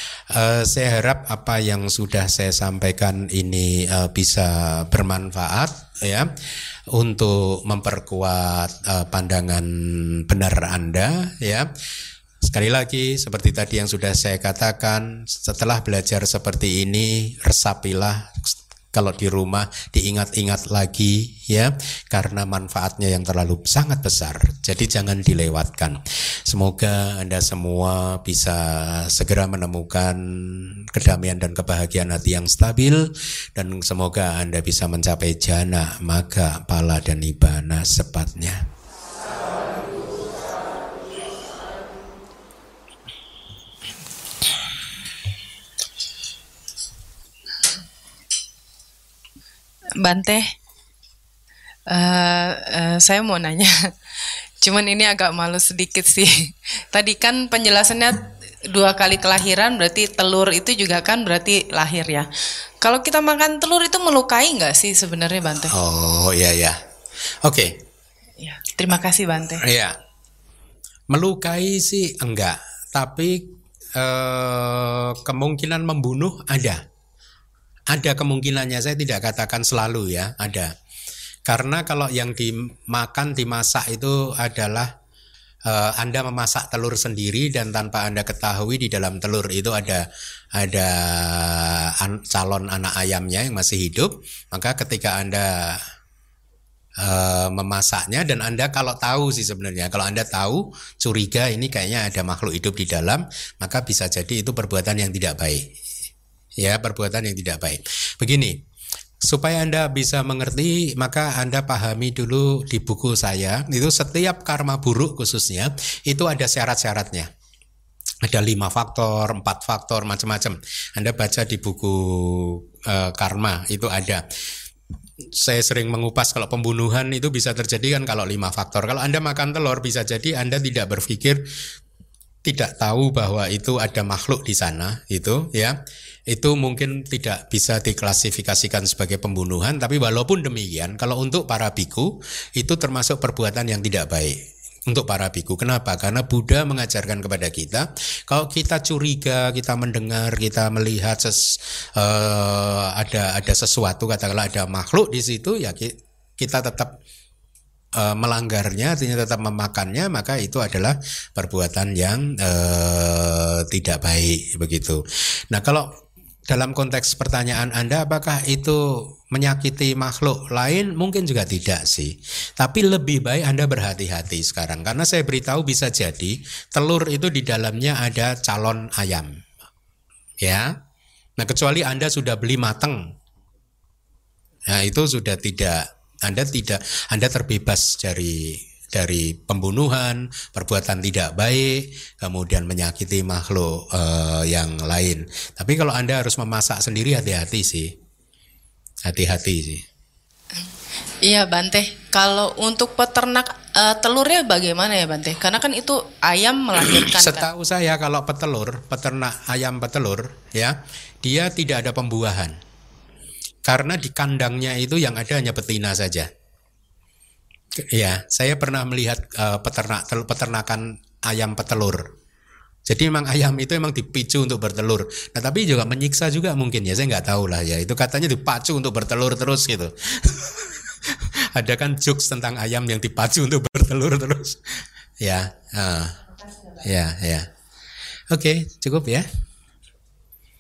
Saya harap apa yang sudah saya sampaikan ini bisa bermanfaat ya untuk memperkuat pandangan benar Anda ya. Sekali lagi seperti tadi yang sudah saya katakan, setelah belajar seperti ini resapilah. Kalau di rumah diingat-ingat lagi ya, karena manfaatnya yang terlalu sangat besar. Jadi jangan dilewatkan. Semoga Anda semua bisa segera menemukan kedamaian dan kebahagiaan hati yang stabil, dan semoga Anda bisa mencapai jana, maga, pala dan nibbana secepatnya. Bante, saya mau nanya, cuman ini agak malu sedikit sih. Tadi kan penjelasannya 2 kali kelahiran, berarti telur itu juga kan berarti lahir ya. Kalau kita makan telur itu melukai nggak sih sebenarnya Bante? Oh iya ya, oke. Ya, terima kasih Bante. Iya, melukai sih enggak, tapi kemungkinan membunuh ada. Ada kemungkinannya, saya tidak katakan selalu ya, ada. Karena kalau yang dimakan, dimasak itu adalah Anda memasak telur sendiri dan tanpa Anda ketahui di dalam telur itu ada calon anak ayamnya yang masih hidup. Maka ketika Anda memasaknya dan Anda kalau tahu sih sebenarnya, kalau Anda tahu curiga ini kayaknya ada makhluk hidup di dalam, maka bisa jadi itu perbuatan yang tidak baik. Ya, perbuatan yang tidak baik. Begini, supaya Anda bisa mengerti, maka Anda pahami dulu di buku saya, itu setiap karma buruk khususnya, itu ada syarat-syaratnya. Ada 5 faktor, 4 faktor, macam-macam. Anda baca di buku karma, itu ada. Saya sering mengupas kalau pembunuhan itu bisa terjadi kan kalau 5 faktor. Kalau Anda makan telur, bisa jadi Anda tidak berpikir, tidak tahu bahwa itu ada makhluk di sana, itu ya. Itu mungkin tidak bisa diklasifikasikan sebagai pembunuhan, tapi walaupun demikian, kalau untuk para biku itu termasuk perbuatan yang tidak baik untuk para biku. Kenapa? Karena Buddha mengajarkan kepada kita, kalau kita curiga, kita mendengar, kita melihat ada sesuatu, katakanlah ada makhluk di situ, ya kita tetap melanggarnya, artinya tetap memakannya, maka itu adalah perbuatan yang tidak baik begitu. Nah, kalau dalam konteks pertanyaan Anda, apakah itu menyakiti makhluk lain? Mungkin juga tidak sih. Tapi lebih baik Anda berhati-hati sekarang. Karena saya beritahu bisa jadi telur itu di dalamnya ada calon ayam. Ya. Nah, kecuali Anda sudah beli mateng. Nah, itu sudah tidak Anda terbebas dari pembunuhan, perbuatan tidak baik, kemudian menyakiti makhluk yang lain. Tapi kalau Anda harus memasak sendiri, hati-hati sih. Hati-hati sih. Iya Bante, kalau untuk peternak telurnya bagaimana ya Bante? Karena kan itu ayam melahirkan. Setahu saya kalau peternak ayam petelur ya, dia tidak ada pembuahan. Karena di kandangnya itu yang ada hanya betina saja. Ya, saya pernah melihat peternakan ayam petelur. Jadi memang ayam itu memang dipicu untuk bertelur. Nah, tapi juga menyiksa juga mungkin ya, saya nggak tahu lah ya. Itu katanya dipacu untuk bertelur terus gitu. Ada kan jokes tentang ayam yang dipacu untuk bertelur terus. Ya, ya. Oke, cukup ya.